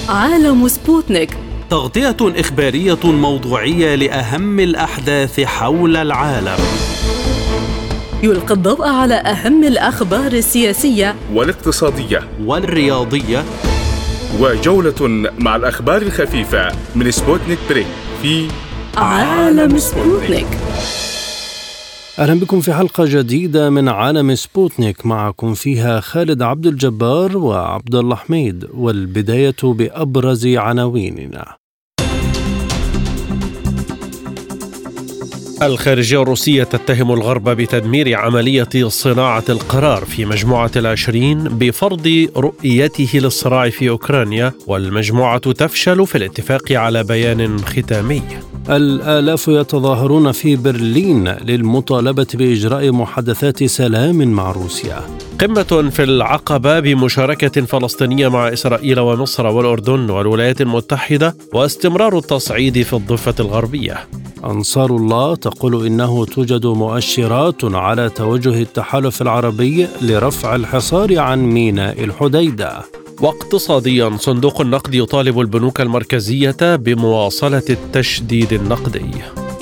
عالم سبوتنيك، تغطية إخبارية موضوعية لأهم الأحداث حول العالم. يلقي الضوء على أهم الأخبار السياسية والاقتصادية والرياضية، وجولة مع الأخبار الخفيفة من سبوتنيك بريك في عالم سبوتنيك. أهلا بكم في حلقة جديدة من عالم سبوتنيك، معكم فيها خالد عبد الجبار وعبد الله حميد. والبداية بأبرز عناويننا. الخارجية الروسية تتهم الغرب بتدمير عملية صناعة القرار في مجموعة العشرين بفرض رؤيته للصراع في أوكرانيا، والمجموعة تفشل في الاتفاق على بيان ختامي. الآلاف يتظاهرون في برلين للمطالبة بإجراء محادثات سلام مع روسيا. قمة في العقبة بمشاركة فلسطينية مع إسرائيل ومصر والأردن والولايات المتحدة، واستمرار التصعيد في الضفة الغربية. أنصار الله تقول إنه توجد مؤشرات على توجه التحالف العربي لرفع الحصار عن ميناء الحديدة. واقتصاديا، صندوق النقد يطالب البنوك المركزية بمواصلة التشديد النقدي.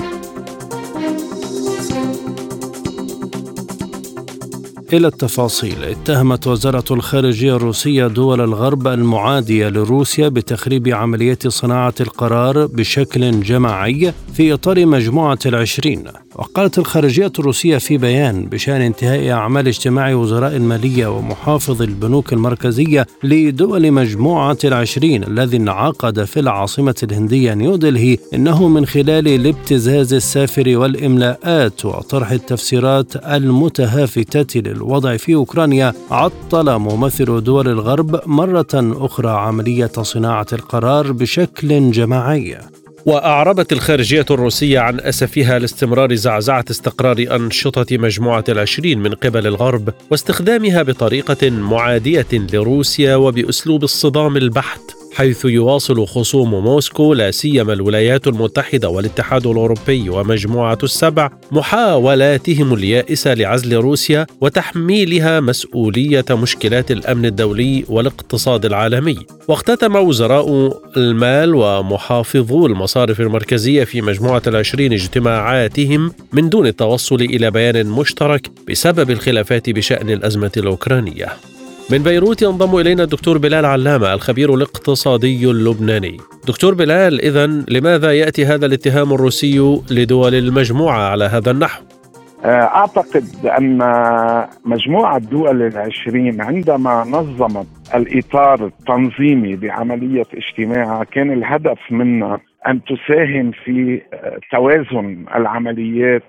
إلى التفاصيل. اتهمت وزارة الخارجية الروسية دول الغرب المعادية لروسيا بتخريب عملية صناعة القرار بشكل جماعي في إطار مجموعة العشرين. وقالت الخارجية الروسية في بيان بشأن انتهاء أعمال اجتماع وزراء المالية ومحافظ البنوك المركزية لدول مجموعة العشرين الذي انعقد في العاصمة الهندية نيودلهي، إنه من خلال الابتزاز السافر والإملاءات وطرح التفسيرات المتهافتة للوضع في أوكرانيا، عطل ممثل دول الغرب مرة أخرى عملية صناعة القرار بشكل جماعي. وأعربت الخارجية الروسية عن أسفها لاستمرار زعزعة استقرار أنشطة مجموعة العشرين من قبل الغرب، واستخدامها بطريقة معادية لروسيا وبأسلوب الصدام البحت، حيث يواصل خصوم موسكو لا سيما الولايات المتحدة والاتحاد الأوروبي ومجموعة السبع محاولاتهم اليائسة لعزل روسيا وتحميلها مسؤولية مشكلات الأمن الدولي والاقتصاد العالمي. واختتم وزراء المال ومحافظو المصارف المركزية في مجموعة العشرين اجتماعاتهم من دون التوصل إلى بيان مشترك بسبب الخلافات بشأن الأزمة الأوكرانية. من بيروت ينضم إلينا الدكتور بلال علامة، الخبير الاقتصادي اللبناني. دكتور بلال، إذن لماذا يأتي هذا الاتهام الروسي لدول المجموعة على هذا النحو؟ أعتقد أن مجموعة دول العشرين عندما نظمت الإطار التنظيمي بعملية اجتماعها كان الهدف منها أن تساهم في توازن العمليات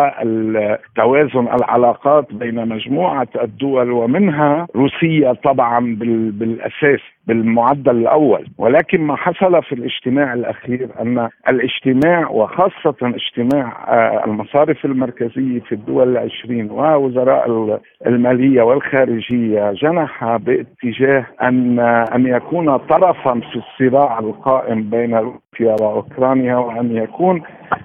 وتوازن العلاقات بين مجموعة الدول، ومنها روسيا طبعا بالأساس بالمعدل الأول. ولكن ما حصل في الاجتماع الأخير أن الاجتماع وخاصة اجتماع المصارف المركزية في الدول العشرين ووزراء المالية والخارجية جنح باتجاه أن يكون طرفا في الصراع القائم بين روسيا وأوكرانيا، وأن يكون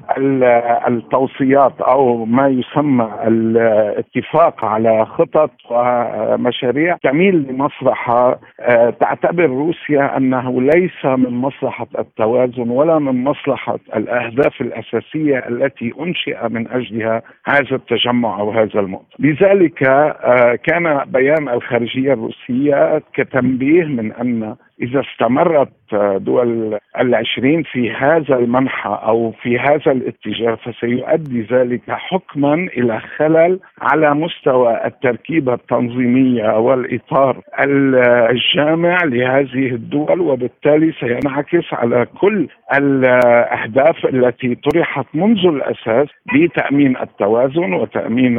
التوصيات أو ما يسمى الاتفاق على خطط ومشاريع تميل لمصلحة تعتبر روسيا أنه ليس من مصلحة التوازن ولا من مصلحة الأهداف الأساسية التي أنشئ من أجلها هذا التجمع أو هذا المؤتمر. لذلك كان بيان الخارجية الروسية كتنبيه من أن إذا استمرت دول العشرين في هذا المنحى أو في هذا الاتجاه فسيؤدي ذلك حكما إلى خلل على مستوى التركيبة التنظيمية والإطار الجامع لهذه الدول، وبالتالي سينعكس على كل الأهداف التي طرحت منذ الأساس بتأمين التوازن وتأمين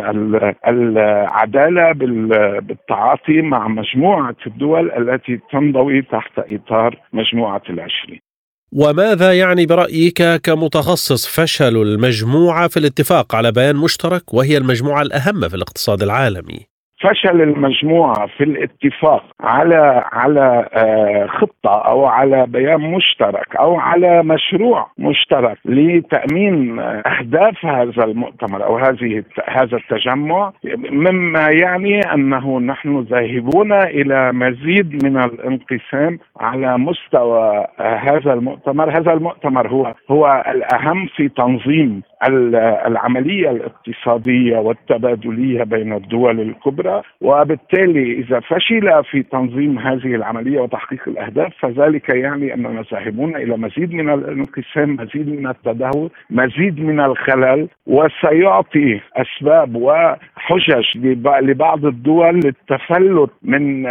العدالة بالتعاطي مع مجموعة الدول التي تنضوي تحت إطار مجموعة العشرين. وماذا يعني برأيك كمتخصص فشل المجموعة في الاتفاق على بيان مشترك وهي المجموعة الأهم في الاقتصاد العالمي؟ فشل المجموعة في الاتفاق على خطة أو على بيان مشترك أو على مشروع مشترك لتأمين أهداف هذا المؤتمر أو هذا التجمع، مما يعني أنه نحن ذاهبون إلى مزيد من الانقسام على مستوى هذا المؤتمر. هذا المؤتمر هو الأهم في تنظيم العملية الاقتصادية والتبادلية بين الدول الكبرى، وبالتالي إذا فشل في تنظيم هذه العملية وتحقيق الأهداف فذلك يعني أننا ذاهبون إلى مزيد من الانقسام، مزيد من التدهور، مزيد من الخلل، وسيعطي أسباب وحجج لبعض الدول للتفلت من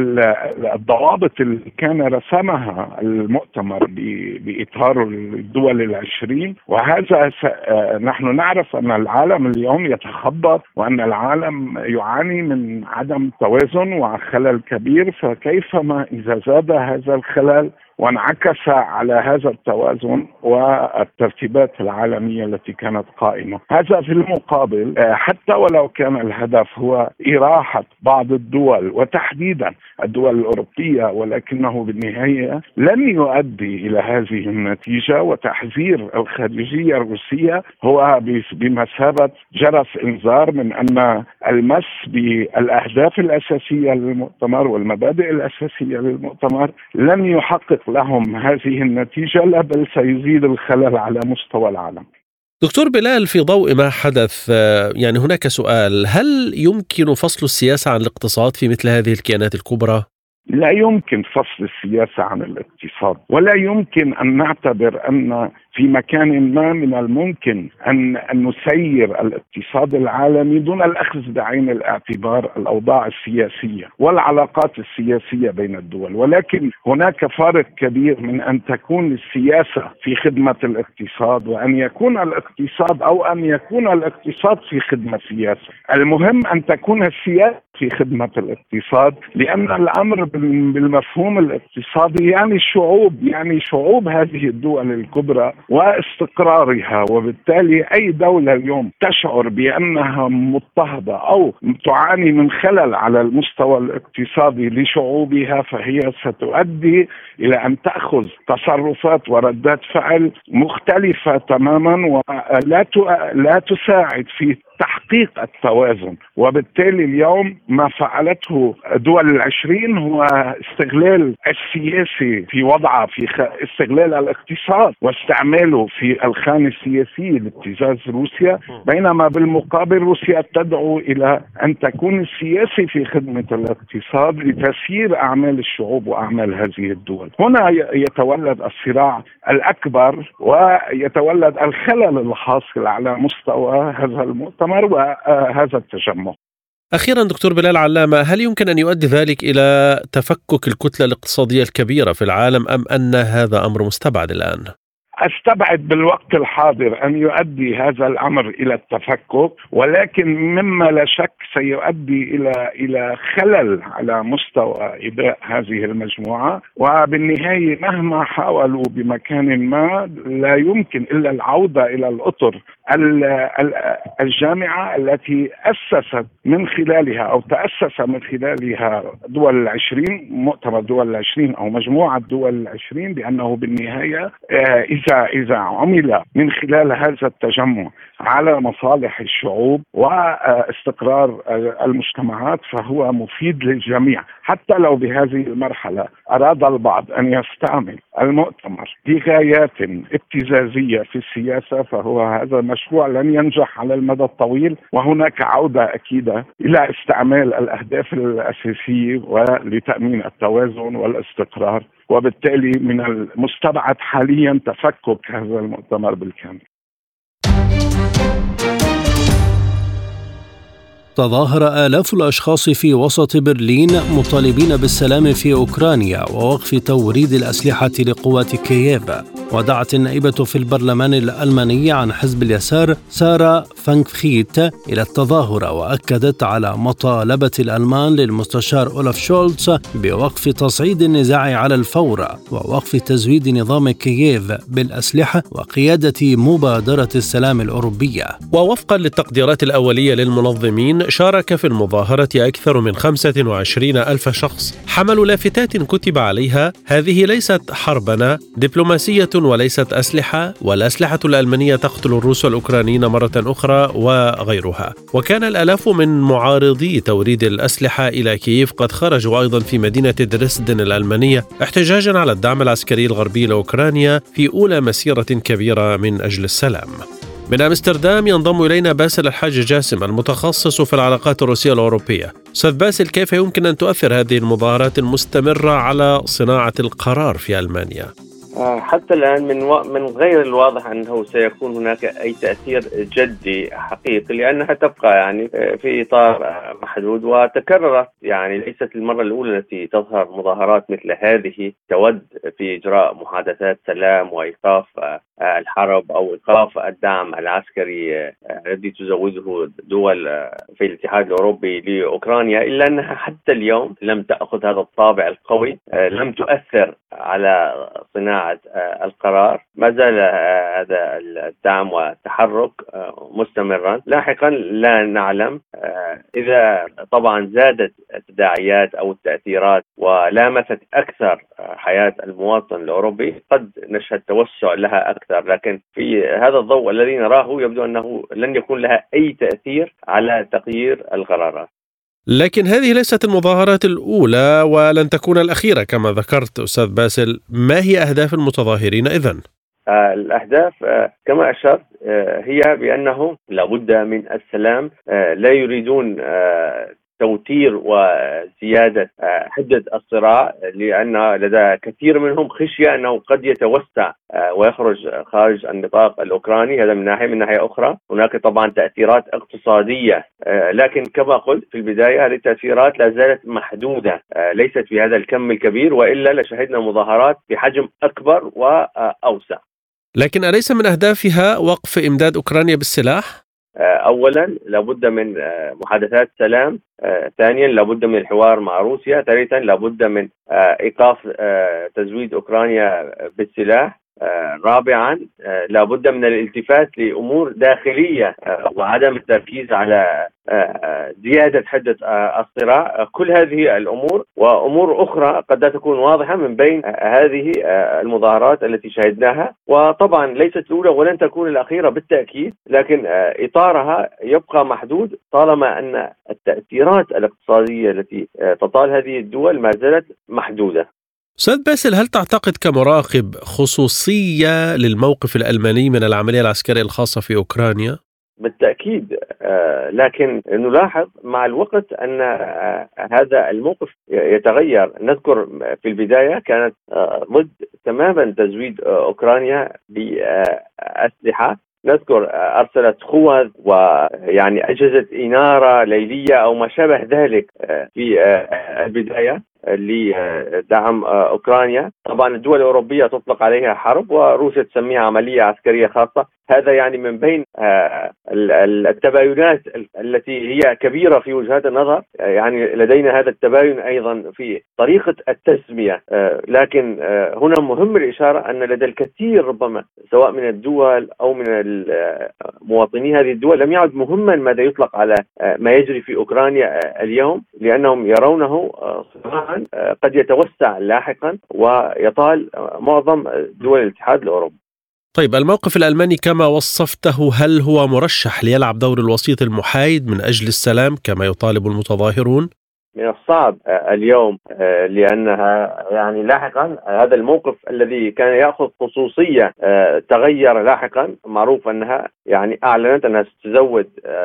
الضوابط اللي كان رسمها المؤتمر بإطار الدول العشرين. وهذا نحن نعرف أن العالم اليوم يتخبط وأن العالم يعاني من عدم توازن وخلل كبير، فكيفما إذا زاد هذا الخلل وانعكس على هذا التوازن والترتيبات العالمية التي كانت قائمة. هذا في المقابل حتى ولو كان الهدف هو إراحة بعض الدول وتحديدا الدول الأوروبية، ولكنه بالنهاية لن يؤدي إلى هذه النتيجة، وتحذير الخارجية الروسية هو بمثابة جرس إنذار من أن المس بالأهداف الأساسية للمؤتمر والمبادئ الأساسية للمؤتمر لن يحقق لهم هذه النتيجة، لا بل سيزيد الخلل على مستوى العالم. دكتور بلال، في ضوء ما حدث يعني هناك سؤال: هل يمكن فصل السياسة عن الاقتصاد في مثل هذه الكيانات الكبرى؟ لا يمكن فصل السياسة عن الاقتصاد، ولا يمكن أن نعتبر أن في مكان ما من الممكن أن نسير الاقتصاد العالمي دون الأخذ بعين الاعتبار الأوضاع السياسية والعلاقات السياسية بين الدول. ولكن هناك فارق كبير من أن تكون السياسة في خدمة الاقتصاد وأن يكون الاقتصاد أو أن يكون الاقتصاد في خدمة السياسة. المهم أن تكون السياسة في خدمة الاقتصاد، لأن الأمر بالمفهوم الاقتصادي يعني شعوب هذه الدول الكبرى واستقرارها، وبالتالي أي دولة اليوم تشعر بأنها مضطهدة أو تعاني من خلل على المستوى الاقتصادي لشعوبها فهي ستؤدي إلى أن تأخذ تصرفات وردات فعل مختلفة تماما ولا تساعد في تحقيق التوازن. وبالتالي اليوم ما فعلته دول العشرين هو استغلال السياسي في وضعه في استغلال الاقتصاد واستعماله في الخانة السياسية لابتزاز روسيا، بينما بالمقابل روسيا تدعو إلى أن تكون السياسي في خدمة الاقتصاد لتسيير أعمال الشعوب وأعمال هذه الدول. هنا يتولد الصراع الأكبر ويتولد الخلل الحاصل على مستوى هذا المؤتمر وهذا التجمع. أخيرا دكتور بلال علامة، هل يمكن أن يؤدي ذلك إلى تفكك الكتلة الاقتصادية الكبيرة في العالم أم أن هذا أمر مستبعد الآن؟ أستبعد بالوقت الحاضر أن يؤدي هذا الأمر إلى التفكك، ولكن مما لا شك سيؤدي إلى خلل على مستوى إداء هذه المجموعة، وبالنهاية مهما حاولوا بمكان ما لا يمكن إلا العودة إلى الأطر الجامعة التي أسست من خلالها أو تأسس من خلالها دول العشرين، مؤتمر دول العشرين أو مجموعة دول العشرين، بأنه بالنهاية إذا عمل من خلال هذا التجمع على مصالح الشعوب واستقرار المجتمعات فهو مفيد للجميع. حتى لو بهذه المرحلة أراد البعض أن يستعمل المؤتمر لغايات ابتزازية في السياسة فهو هذا المشروع لن ينجح على المدى الطويل، وهناك عودة أكيدة إلى استعمال الأهداف الأساسية ولتأمين التوازن والاستقرار، وبالتالي من المستبعد حاليا تفكك هذا المؤتمر بالكامل. تظاهر آلاف الأشخاص في وسط برلين مطالبين بالسلام في أوكرانيا ووقف توريد الأسلحة لقوات كييف. ودعت النائبة في البرلمان الألماني عن حزب اليسار سارة فانكفخيت إلى التظاهر، وأكدت على مطالبة الألمان للمستشار أولاف شولتز بوقف تصعيد النزاع على الفور ووقف تزويد نظام كييف بالأسلحة وقيادة مبادرة السلام الأوروبية. ووفقا للتقديرات الأولية للمنظمين، شارك في المظاهرة أكثر من 25 ألف شخص حملوا لافتات كتب عليها: هذه ليست حربنا، دبلوماسية وليست أسلحة، والأسلحة الألمانية تقتل الروس والأوكرانيين مرة أخرى، وغيرها. وكان الآلاف من معارضي توريد الأسلحة إلى كييف قد خرجوا أيضا في مدينة دريسدن الألمانية احتجاجا على الدعم العسكري الغربي لأوكرانيا في أولى مسيرة كبيرة من أجل السلام. من أمستردام ينضم إلينا باسل الحاج جاسم، المتخصص في العلاقات الروسية الأوروبية. أستاذ باسل، كيف يمكن أن تؤثر هذه المظاهرات المستمرة على صناعة القرار في ألمانيا؟ حتى الآن من غير الواضح أنه سيكون هناك أي تأثير جدي حقيقي، لأنها تبقى يعني في إطار محدود. وتكررت، يعني ليست المرة الأولى التي تظهر مظاهرات مثل هذه تود في إجراء محادثات سلام وإيقاف الحرب أو إيقاف الدعم العسكري الذي تزوده دول في الاتحاد الأوروبي لأوكرانيا، إلا أنها حتى اليوم لم تأخذ هذا الطابع القوي، لم تؤثر على صناعة القرار. ما زال هذا الدعم والتحرك مستمرا. لاحقا لا نعلم إذا طبعا زادت التداعيات أو التأثيرات ولامست أكثر حياة المواطن الأوروبي قد نشهد توسع لها أكثر، لكن في هذا الضوء الذي نراه يبدو أنه لن يكون لها أي تأثير على تغيير القرارات. لكن هذه ليست المظاهرات الأولى ولن تكون الأخيرة كما ذكرت أستاذ باسل. ما هي أهداف المتظاهرين إذن؟ الأهداف كما أشرت هي بأنه لابد من السلام. لا يريدون توتير وزيادة حدة الصراع، لأن لدى كثير منهم خشية أنه قد يتوسع ويخرج خارج النطاق الأوكراني. هذا من ناحية أخرى هناك طبعا تأثيرات اقتصادية، لكن كما قلت في البداية هذه التأثيرات لا زالت محدودة، ليست في هذا الكم الكبير، وإلا لشهدنا مظاهرات بحجم أكبر وأوسع. لكن أليس من أهدافها وقف إمداد أوكرانيا بالسلاح؟ أولا لابد من محادثات سلام، ثانيا لابد من الحوار مع روسيا، ثالثا لابد من إيقاف تزويد أوكرانيا بالسلاح، رابعا لابد من الالتفات لأمور داخلية وعدم التركيز على زيادة حدة الصراع. كل هذه الأمور وأمور أخرى قد لا تكون واضحة من بين هذه المظاهرات التي شاهدناها، وطبعا ليست الأولى ولن تكون الأخيرة بالتأكيد، لكن إطارها يبقى محدود طالما أن التأثيرات الاقتصادية التي تطال هذه الدول ما زالت محدودة. أستاذ باسل، هل تعتقد كمراقب خصوصية للموقف الألماني من العملية العسكرية الخاصة في أوكرانيا؟ بالتأكيد، لكن نلاحظ مع الوقت أن هذا الموقف يتغير. نذكر في البداية كانت ضد تماما تزويد أوكرانيا بأسلحة، نذكر أرسلت خوذ ويعني أجهزة إنارة ليلية أو ما شابه ذلك في البداية لدعم أوكرانيا. طبعا الدول الأوروبية تطلق عليها حرب وروسيا تسميها عملية عسكرية خاصة. هذا يعني من بين التباينات التي هي كبيرة في وجهات النظر. يعني لدينا هذا التباين أيضا في طريقة التسمية، لكن هنا مهم الإشارة أن لدى الكثير ربما سواء من الدول أو من مواطني هذه الدول لم يعد مهما ماذا يطلق على ما يجري في أوكرانيا اليوم، لأنهم يرونه صراعا قد يتوسع لاحقا ويطال معظم دول الاتحاد الأوروبي. طيب، الموقف الألماني كما وصفته هل هو مرشح ليلعب دور الوسيط المحايد من أجل السلام كما يطالب المتظاهرون؟ من الصعب اليوم، لأنها يعني لاحقا هذا الموقف الذي كان يأخذ خصوصية تغير لاحقا. معروف أنها يعني أعلنت أنها ستزود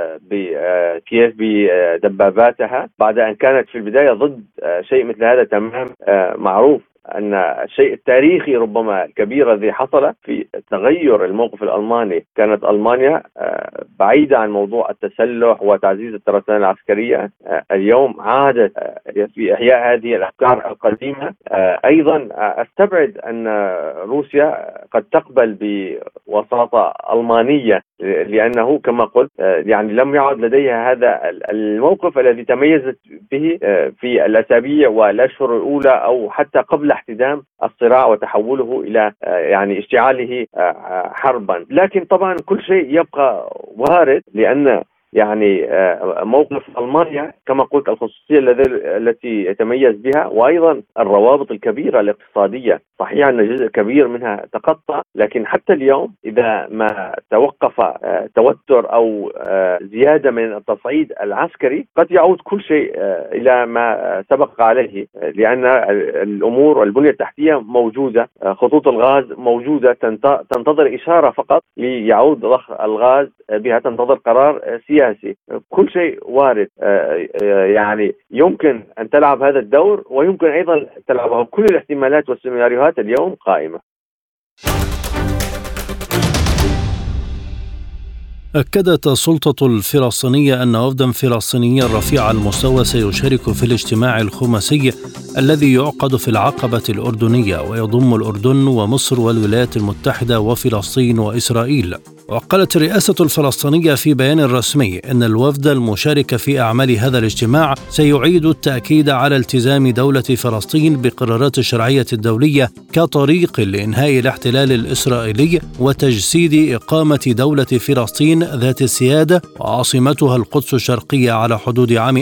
بكييف بدباباتها بعد أن كانت في البداية ضد شيء مثل هذا تمام. معروف أن الشيء التاريخي ربما الكبير الذي حصل في تغير الموقف الألماني، كانت ألمانيا بعيدة عن موضوع التسلح وتعزيز الترسانة العسكرية، اليوم عادت في إحياء هذه الأفكار القديمة. أيضا أستبعد أن روسيا قد تقبل بوساطة ألمانية، لأنه كما قلت يعني لم يعد لديها هذا الموقف الذي تميزت به في الأسابيع والأشهر الأولى أو حتى قبل احتدام الصراع وتحوله إلى يعني اشتعاله حربا. لكن طبعا كل شيء يبقى وارد، لأن يعني موقف ألمانيا كما قلت الخصوصية التي يتميز بها، وأيضا الروابط الكبيرة الاقتصادية. صحيح أن جزء كبير منها تقطع، لكن حتى اليوم إذا ما توقف توتر أو زيادة من التصعيد العسكري قد يعود كل شيء إلى ما سبق عليه، لأن الأمور والبنية التحتية موجودة، خطوط الغاز موجودة تنتظر إشارة فقط ليعود ضخ الغاز بها، تنتظر قرار سياسي. كل شيء وارد، يعني يمكن أن تلعب هذا الدور ويمكن أيضا تلعبه. كل الاحتمالات والسيناريوهات اليوم قائمة. أكدت السلطة الفلسطينية أن وفدا فلسطينيا رفيع المستوى سيشارك في الاجتماع الخماسي الذي يعقد في العقبة الأردنية ويضم الأردن ومصر والولايات المتحدة وفلسطين وإسرائيل. وقالت الرئاسة الفلسطينية في بيان رسمي أن الوفد المشارك في أعمال هذا الاجتماع سيعيد التأكيد على التزام دولة فلسطين بقرارات الشرعية الدولية كطريق لإنهاء الاحتلال الإسرائيلي وتجسيد إقامة دولة فلسطين ذات السيادة وعاصمتها القدس الشرقية على حدود عام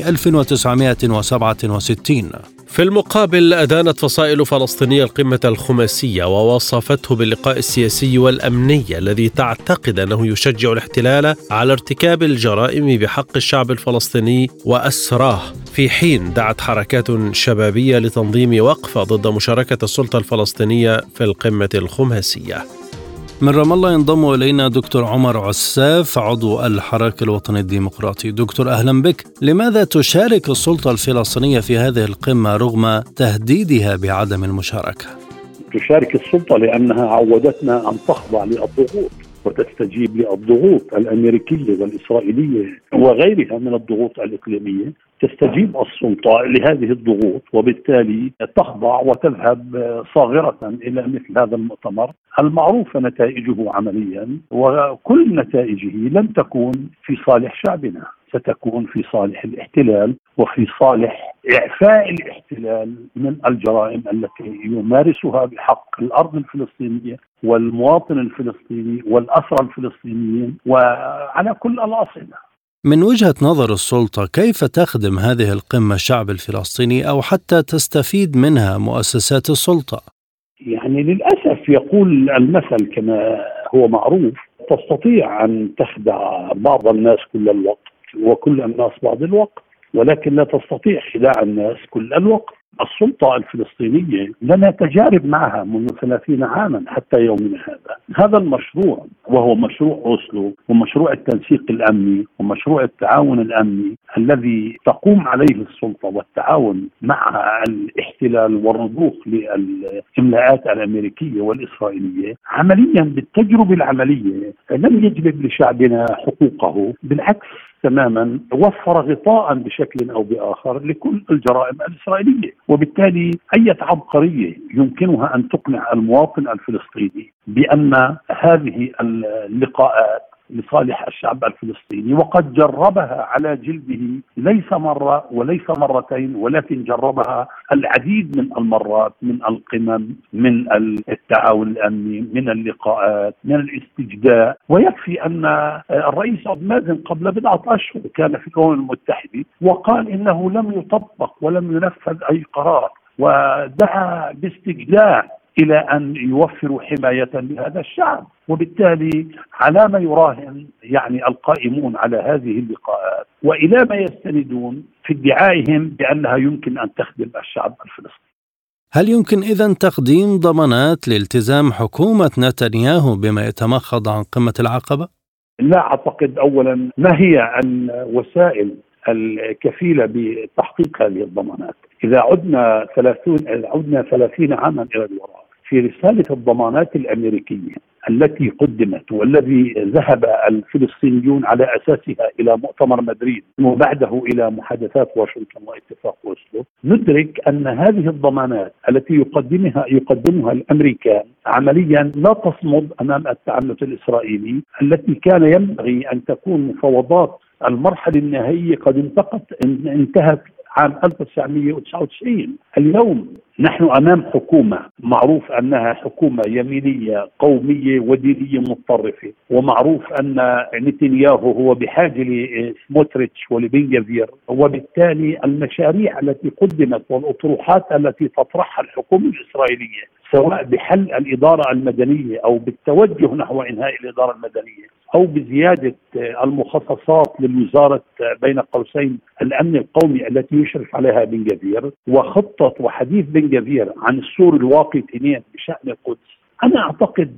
1967. في المقابل أدانت فصائل فلسطينية القمة الخماسية ووصفته باللقاء السياسي والأمني الذي تعتقد أنه يشجع الاحتلال على ارتكاب الجرائم بحق الشعب الفلسطيني وأسراه، في حين دعت حركات شبابية لتنظيم وقفة ضد مشاركة السلطة الفلسطينية في القمة الخماسية. من رام الله ينضم إلينا دكتور عمر عساف عضو الحراك الوطني الديمقراطي. دكتور أهلا بك. لماذا تشارك السلطة الفلسطينية في هذه القمة رغم تهديدها بعدم المشاركة؟ تشارك السلطة لأنها عودتنا أن تخضع للضغوط وتستجيب للضغوط الأمريكية والإسرائيلية وغيرها من الضغوط الإقليمية. تستجيب السلطة لهذه الضغوط وبالتالي تخضع وتذهب صاغرة إلى مثل هذا المؤتمر المعروف نتائجه عمليا، وكل نتائجه لن تكون في صالح شعبنا، ستكون في صالح الاحتلال وفي صالح إعفاء الاحتلال من الجرائم التي يمارسها بحق الأرض الفلسطينية والمواطن الفلسطيني والأسرى الفلسطينيين وعلى كل الأصعدة. من وجهة نظر السلطة كيف تخدم هذه القمة الشعب الفلسطيني أو حتى تستفيد منها مؤسسات السلطة؟ يعني للأسف يقول المثل كما هو معروف: تستطيع أن تخدع بعض الناس كل الوقت وكل الناس بعض الوقت، ولكن لا تستطيع خداع الناس كل الوقت. السلطة الفلسطينية لنا تجارب معها منذ 30 عاما حتى يومنا هذا المشروع، وهو مشروع أوسلو ومشروع التنسيق الأمني ومشروع التعاون الأمني الذي تقوم عليه السلطة والتعاون مع الاحتلال والرضوخ للإملاءات الأمريكية والإسرائيلية، عمليا بالتجربة العملية لم يجلب لشعبنا حقوقه، بالعكس تماما وفر غطاء بشكل أو بآخر لكل الجرائم الإسرائيلية. وبالتالي أي عبقرية يمكنها أن تقنع المواطن الفلسطيني بأن هذه اللقاءات لصالح الشعب الفلسطيني، وقد جربها على جلده ليس مرة وليس مرتين، ولكن جربها العديد من المرات، من القمم، من التعاون الأمني، من اللقاءات، من الاستجداء. ويكفي أن الرئيس عبد المازن قبل بضعة أشهر كان في الأمم المتحدة وقال إنه لم يطبق ولم ينفذ أي قرار، ودعا باستجداء إلى أن يوفروا حماية لهذا الشعب. وبالتالي على ما يراهن يعني القائمون على هذه اللقاءات وإلى ما يستندون في ادعائهم بأنها يمكن أن تخدم الشعب الفلسطيني. هل يمكن إذن تقديم ضمانات لالتزام حكومة نتنياهو بما يتمخض عن قمة العقبة؟ لا أعتقد. أولا ما هي الوسائل الكفيلة بتحقيق هذه الضمانات. إذا عدنا 30 عاما إلى الوراء في رسالة الضمانات الأمريكية التي قدمت والذي ذهب الفلسطينيون على أساسها إلى مؤتمر مدريد وبعده إلى محادثات واشنطن واتفاق أوسلو، ندرك أن هذه الضمانات التي يقدمها الأمريكان عمليا لا تصمد أمام التعنت الإسرائيلي التي كان ينبغي أن تكون مفاوضات المرحلة النهائية قد انتهت عام 1999. اليوم نحن أمام حكومة معروف أنها حكومة يمينية قومية ودينية متطرفة، ومعروف أن نتنياهو هو بحاجة لسموتريتش ولبنغافير، وبالتالي المشاريع التي قدمت والأطروحات التي تطرحها الحكومة الإسرائيلية سواء بحل الإدارة المدنية أو بالتوجه نحو إنهاء الإدارة المدنية أو بزيادة المخصصات للوزارة بين قوسين الأمن القومي التي يشرف عليها بنغافير، وخطة وحديث بنغافير عن السور الواقي 2 بشأن القدس، أنا أعتقد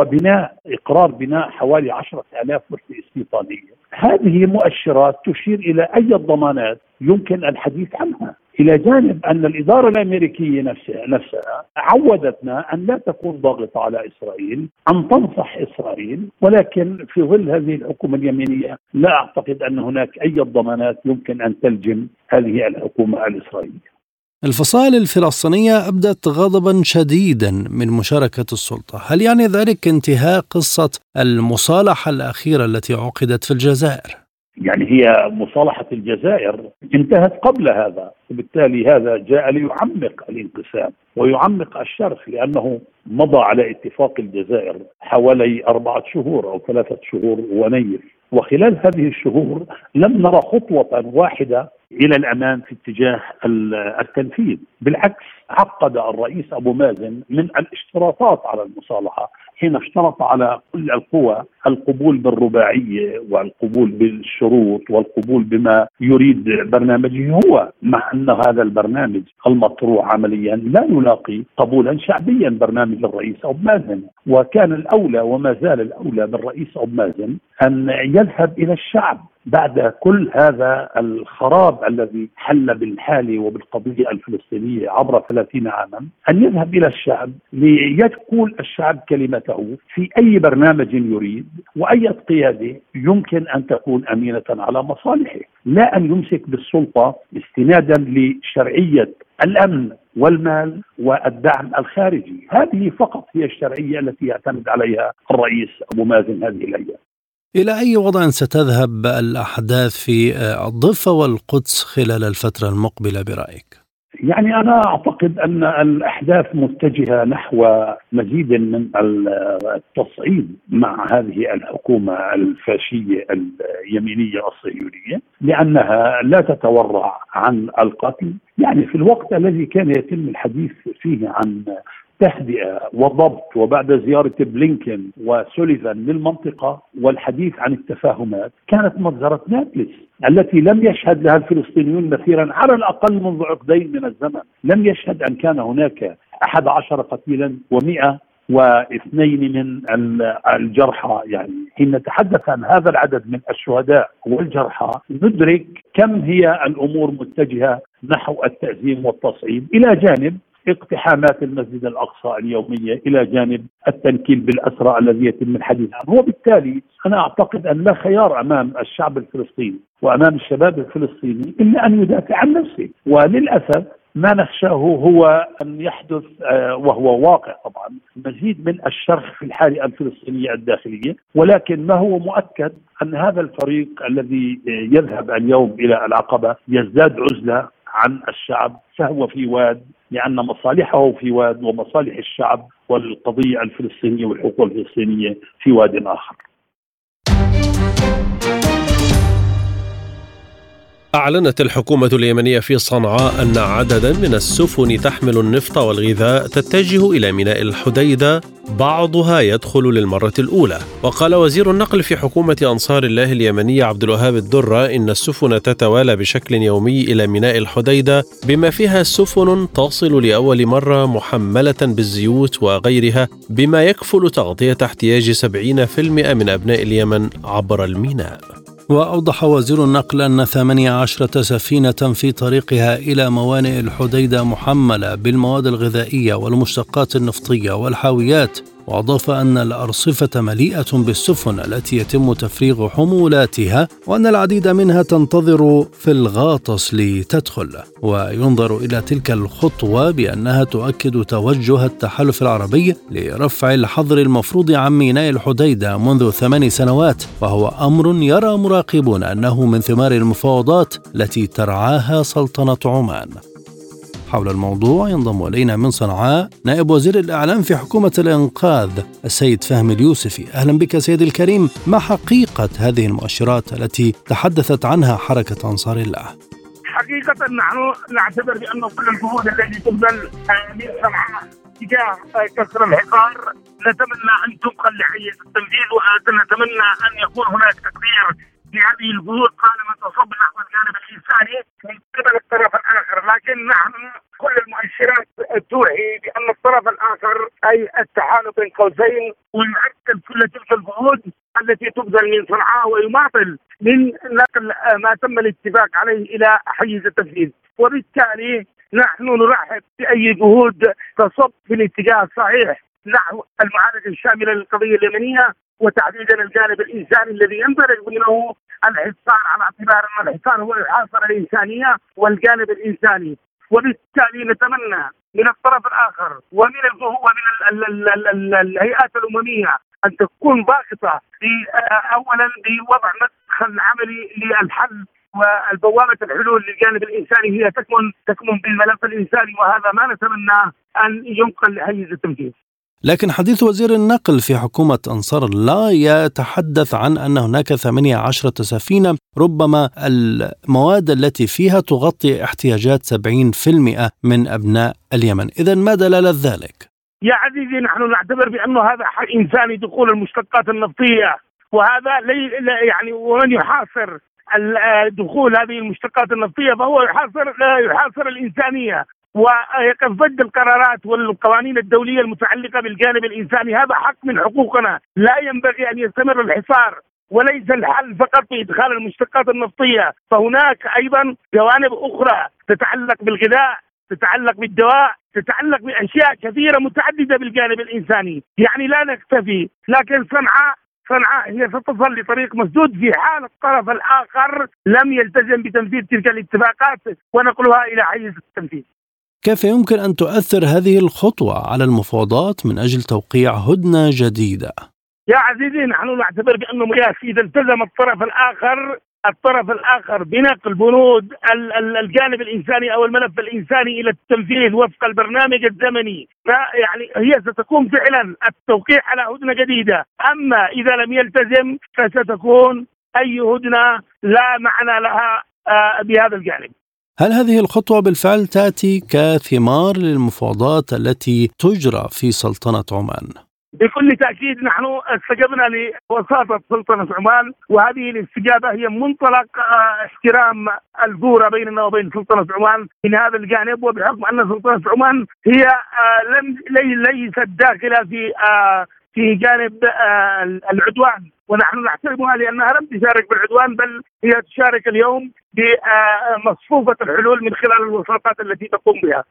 إقرار بناء حوالي 10,000 وحدة استيطانية. هذه مؤشرات تشير إلى أي ضمانات يمكن الحديث عنها، إلى جانب أن الإدارة الأمريكية نفسها عودتنا أن لا تكون ضاغطة على إسرائيل، أن تنصح إسرائيل، ولكن في ظل هذه الحكومة اليمينية لا أعتقد أن هناك أي ضمانات يمكن أن تلجم هذه الحكومة الإسرائيلية. الفصائل الفلسطينية أبدت غضبا شديدا من مشاركة السلطة، هل يعني ذلك انتهاء قصة المصالحة الأخيرة التي عقدت في الجزائر؟ يعني هي مصالحة الجزائر انتهت قبل هذا، وبالتالي هذا جاء ليعمق الانقسام ويعمق الشرخ، لأنه مضى على اتفاق الجزائر حوالي 4 شهور أو 3 شهور ونيف، وخلال هذه الشهور لم نرى خطوة واحدة إلى الأمام في اتجاه التنفيذ. بالعكس، عقد الرئيس أبو مازن من الاشتراطات على المصالحة حين اشترط على كل القوى القبول بالرباعية والقبول بالشروط والقبول بما يريد برنامجه هو، مع أن هذا البرنامج المطروح عمليا لا يلاقي قبولا شعبيا، برنامج الرئيس أبو مازن. وكان الأولى وما زال الأولى بالرئيس أبو مازن أن يذهب إلى الشعب بعد كل هذا الخراب الذي حل بالحالة وبالقضية الفلسطينية عبر 30 عاما، أن يذهب إلى الشعب ليقول الشعب كلمته في أي برنامج يريد وأي قيادة يمكن أن تكون أمينة على مصالحه، لا أن يمسك بالسلطة استنادا لشرعية الأمن والمال والدعم الخارجي. هذه فقط هي الشرعية التي يعتمد عليها الرئيس أبو مازن هذه الأيام. إلى أي وضع ستذهب الأحداث في الضفة والقدس خلال الفترة المقبلة برأيك؟ يعني أنا أعتقد أن الأحداث متجهة نحو مزيد من التصعيد مع هذه الحكومة الفاشية اليمينية الصهيونية، لأنها لا تتورع عن القتل. يعني في الوقت الذي كان يتم الحديث فيه عن تهدئة وضبط، وبعد زيارة بلينكن وسوليفان للمنطقة والحديث عن التفاهمات، كانت مجزرة نابلس التي لم يشهد لها الفلسطينيون مثيرا على الأقل منذ عقدين من الزمن. لم يشهد أن كان هناك 11 قتيلا و102 من الجرحى. يعني حين نتحدث عن هذا العدد من الشهداء والجرحى ندرك كم هي الأمور متجهة نحو التأزيم والتصعيد، إلى جانب اقتحامات المسجد الأقصى اليومية، إلى جانب التنكيل بالأسرى الذي يتم الحديث عنه. وبالتالي أنا أعتقد أن لا خيار أمام الشعب الفلسطيني وأمام الشباب الفلسطيني إلا أن يدافع عن نفسه. وللأسف ما نخشاه هو أن يحدث وهو واقع طبعا مزيد من الشرخ في الحالة الفلسطينية الداخلية، ولكن ما هو مؤكد أن هذا الفريق الذي يذهب اليوم إلى العقبة يزداد عزلة عن الشعب، فهو في واد، لأن مصالحه في واد ومصالح الشعب والقضية الفلسطينية والحقوق الفلسطينية في واد آخر. أعلنت الحكومة اليمنية في صنعاء أن عددا من السفن تحمل النفط والغذاء تتجه إلى ميناء الحديدة، بعضها يدخل للمرة الأولى. وقال وزير النقل في حكومة أنصار الله اليمنية عبد الوهاب الدرة إن السفن تتوالى بشكل يومي إلى ميناء الحديدة، بما فيها سفن تصل لأول مرة محملة بالزيوت وغيرها، بما يكفل تغطية احتياج 70% من أبناء اليمن عبر الميناء. وأوضح وزير النقل أن 18 سفينة في طريقها إلى موانئ الحديدة محملة بالمواد الغذائية والمشتقات النفطية والحاويات، وأضاف أن الأرصفة مليئة بالسفن التي يتم تفريغ حمولاتها، وأن العديد منها تنتظر في الغاطس لتدخل. وينظر إلى تلك الخطوة بأنها تؤكد توجه التحالف العربي لرفع الحظر المفروض عن ميناء الحديدة منذ 8 سنوات، وهو أمر يرى مراقبون أنه من ثمار المفاوضات التي ترعاها سلطنة عمان. حول الموضوع ينضم إلينا من صنعاء نائب وزير الإعلام في حكومة الإنقاذ السيد فهمي اليوسفي. أهلا بك سيدي الكريم. ما حقيقة هذه المؤشرات التي تحدثت عنها حركة أنصار الله؟ حقيقة نحن نعتبر بأن كل الجهود التي تبذل من صنعاء تجاه كسر الحصار نتمنى أن تبقى لحيز التنفيذ، ونتمنى أن يكون هناك تقدير لهذه الجهود طالما تصب نحو الجانب الإنساني من قبل الطرف الآخر. لكن نحن كل المؤشرات توحي بأن الطرف الآخر أي التحالف بين قوسين ويعكر كل تلك الجهود التي تبذل من صنعاء ويماطل من نقل ما تم الاتفاق عليه إلى حيز التنفيذ، وبالتالي نحن نرحب بأي جهود تصب في الاتجاه الصحيح نحو المعالجة الشاملة للقضية اليمنية، وتحديدا الجانب الإنساني الذي ينبرز منه الحصار، على اعتبار أن الحصار هو يحاصر الإنسانية والجانب الإنساني. وبالتالي نتمنى من الطرف الآخر ومن الهيئات الأممية أن تكون باخطة أولا بوضع مدخل عملي للحل، والبوابة الحلول للجانب الإنساني هي تكمن بالملف الإنساني، وهذا ما نتمنى أن ينقل لحيز التنفيذ. لكن حديث وزير النقل في حكومة أنصار الله يتحدث عن أن هناك 18 سفينة ربما المواد التي فيها تغطي احتياجات 70% من أبناء اليمن. إذن ما دلالة ذلك؟ يا عزيزي نحن نعتبر بأنه هذا حق إنساني دخول المشتقات النفطية، وهذا يعني ومن يحاصر دخول هذه المشتقات النفطية فهو يحاصر الإنسانية، ويقف ضد القرارات والقوانين الدولية المتعلقة بالجانب الإنساني. هذا حق من حقوقنا، لا ينبغي أن يستمر الحصار، وليس الحل فقط في إدخال المشتقات النفطية، فهناك أيضا جوانب أخرى تتعلق بالغذاء، تتعلق بالدواء، تتعلق بأشياء كثيرة متعددة بالجانب الإنساني. يعني لا نكتفي، لكن صنعاء هي ستظل لطريق مسدود في حال الطرف الآخر لم يلتزم بتنفيذ تلك الاتفاقات ونقلها إلى حيز التنفيذ. كيف يمكن أن تؤثر هذه الخطوة على المفاوضات من أجل توقيع هدنة جديدة؟ يا عزيزي نحن نعتبر بأنه إذا التزم الطرف الآخر بنقل بنود الجانب الإنساني أو الملف الإنساني إلى التنفيذ وفق البرنامج الزمني، يعني هي ستكون فعلا التوقيع على هدنة جديدة. أما إذا لم يلتزم فستكون أي هدنة لا معنى لها بهذا الجانب. هل هذه الخطوة بالفعل تأتي كثمار للمفاوضات التي تجرى في سلطنة عمان؟ بكل تأكيد نحن استجبنا لوساطة سلطنة عمان، وهذه الاستجابة هي منطلق احترام الجورة بيننا وبين سلطنة عمان من هذا الجانب، وبحكم أن سلطنة عمان هي ليست داخلة في جانب العدوان، ونحن نحترمها لأنها لم تشارك بالعدوان، بل هي تشارك اليوم بمصفوفة الحلول من خلال الوساطات التي تقوم بها.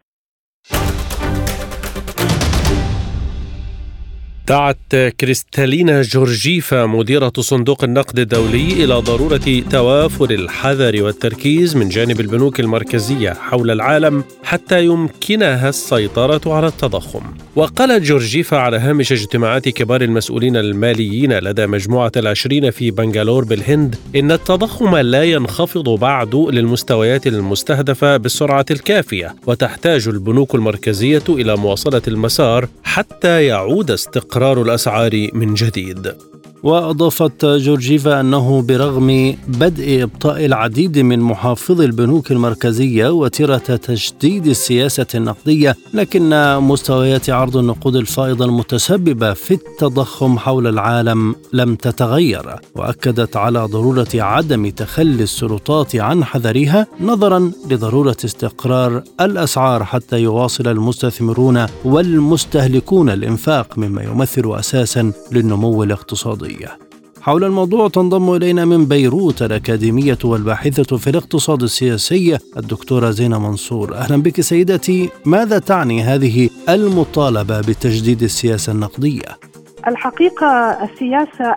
دعت كريستالينا جورجيفا مديرة صندوق النقد الدولي إلى ضرورة توافر الحذر والتركيز من جانب البنوك المركزية حول العالم حتى يمكنها السيطرة على التضخم. وقالت جورجيفا على هامش اجتماعات كبار المسؤولين الماليين لدى مجموعة ال20 في بنغالور بالهند إن التضخم لا ينخفض بعد للمستويات المستهدفة بالسرعة الكافية، وتحتاج البنوك المركزية إلى مواصلة المسار حتى يعود استقرار الأسعار من جديد. وأضافت جورجيفا أنه برغم بدء إبطاء العديد من محافظي البنوك المركزية وتيرة تشديد السياسة النقدية، لكن مستويات عرض النقود الفائضة المتسببة في التضخم حول العالم لم تتغير، وأكدت على ضرورة عدم تخلي السلطات عن حذرها نظرا لضرورة استقرار الأسعار حتى يواصل المستثمرون والمستهلكون الإنفاق، مما يمثل أساسا للنمو الاقتصادي. حول الموضوع تنضم إلينا من بيروت الأكاديمية والباحثة في الاقتصاد السياسي الدكتورة زينة منصور. أهلا بك سيدتي. ماذا تعني هذه المطالبة بتجديد السياسة النقدية؟ الحقيقة سياسة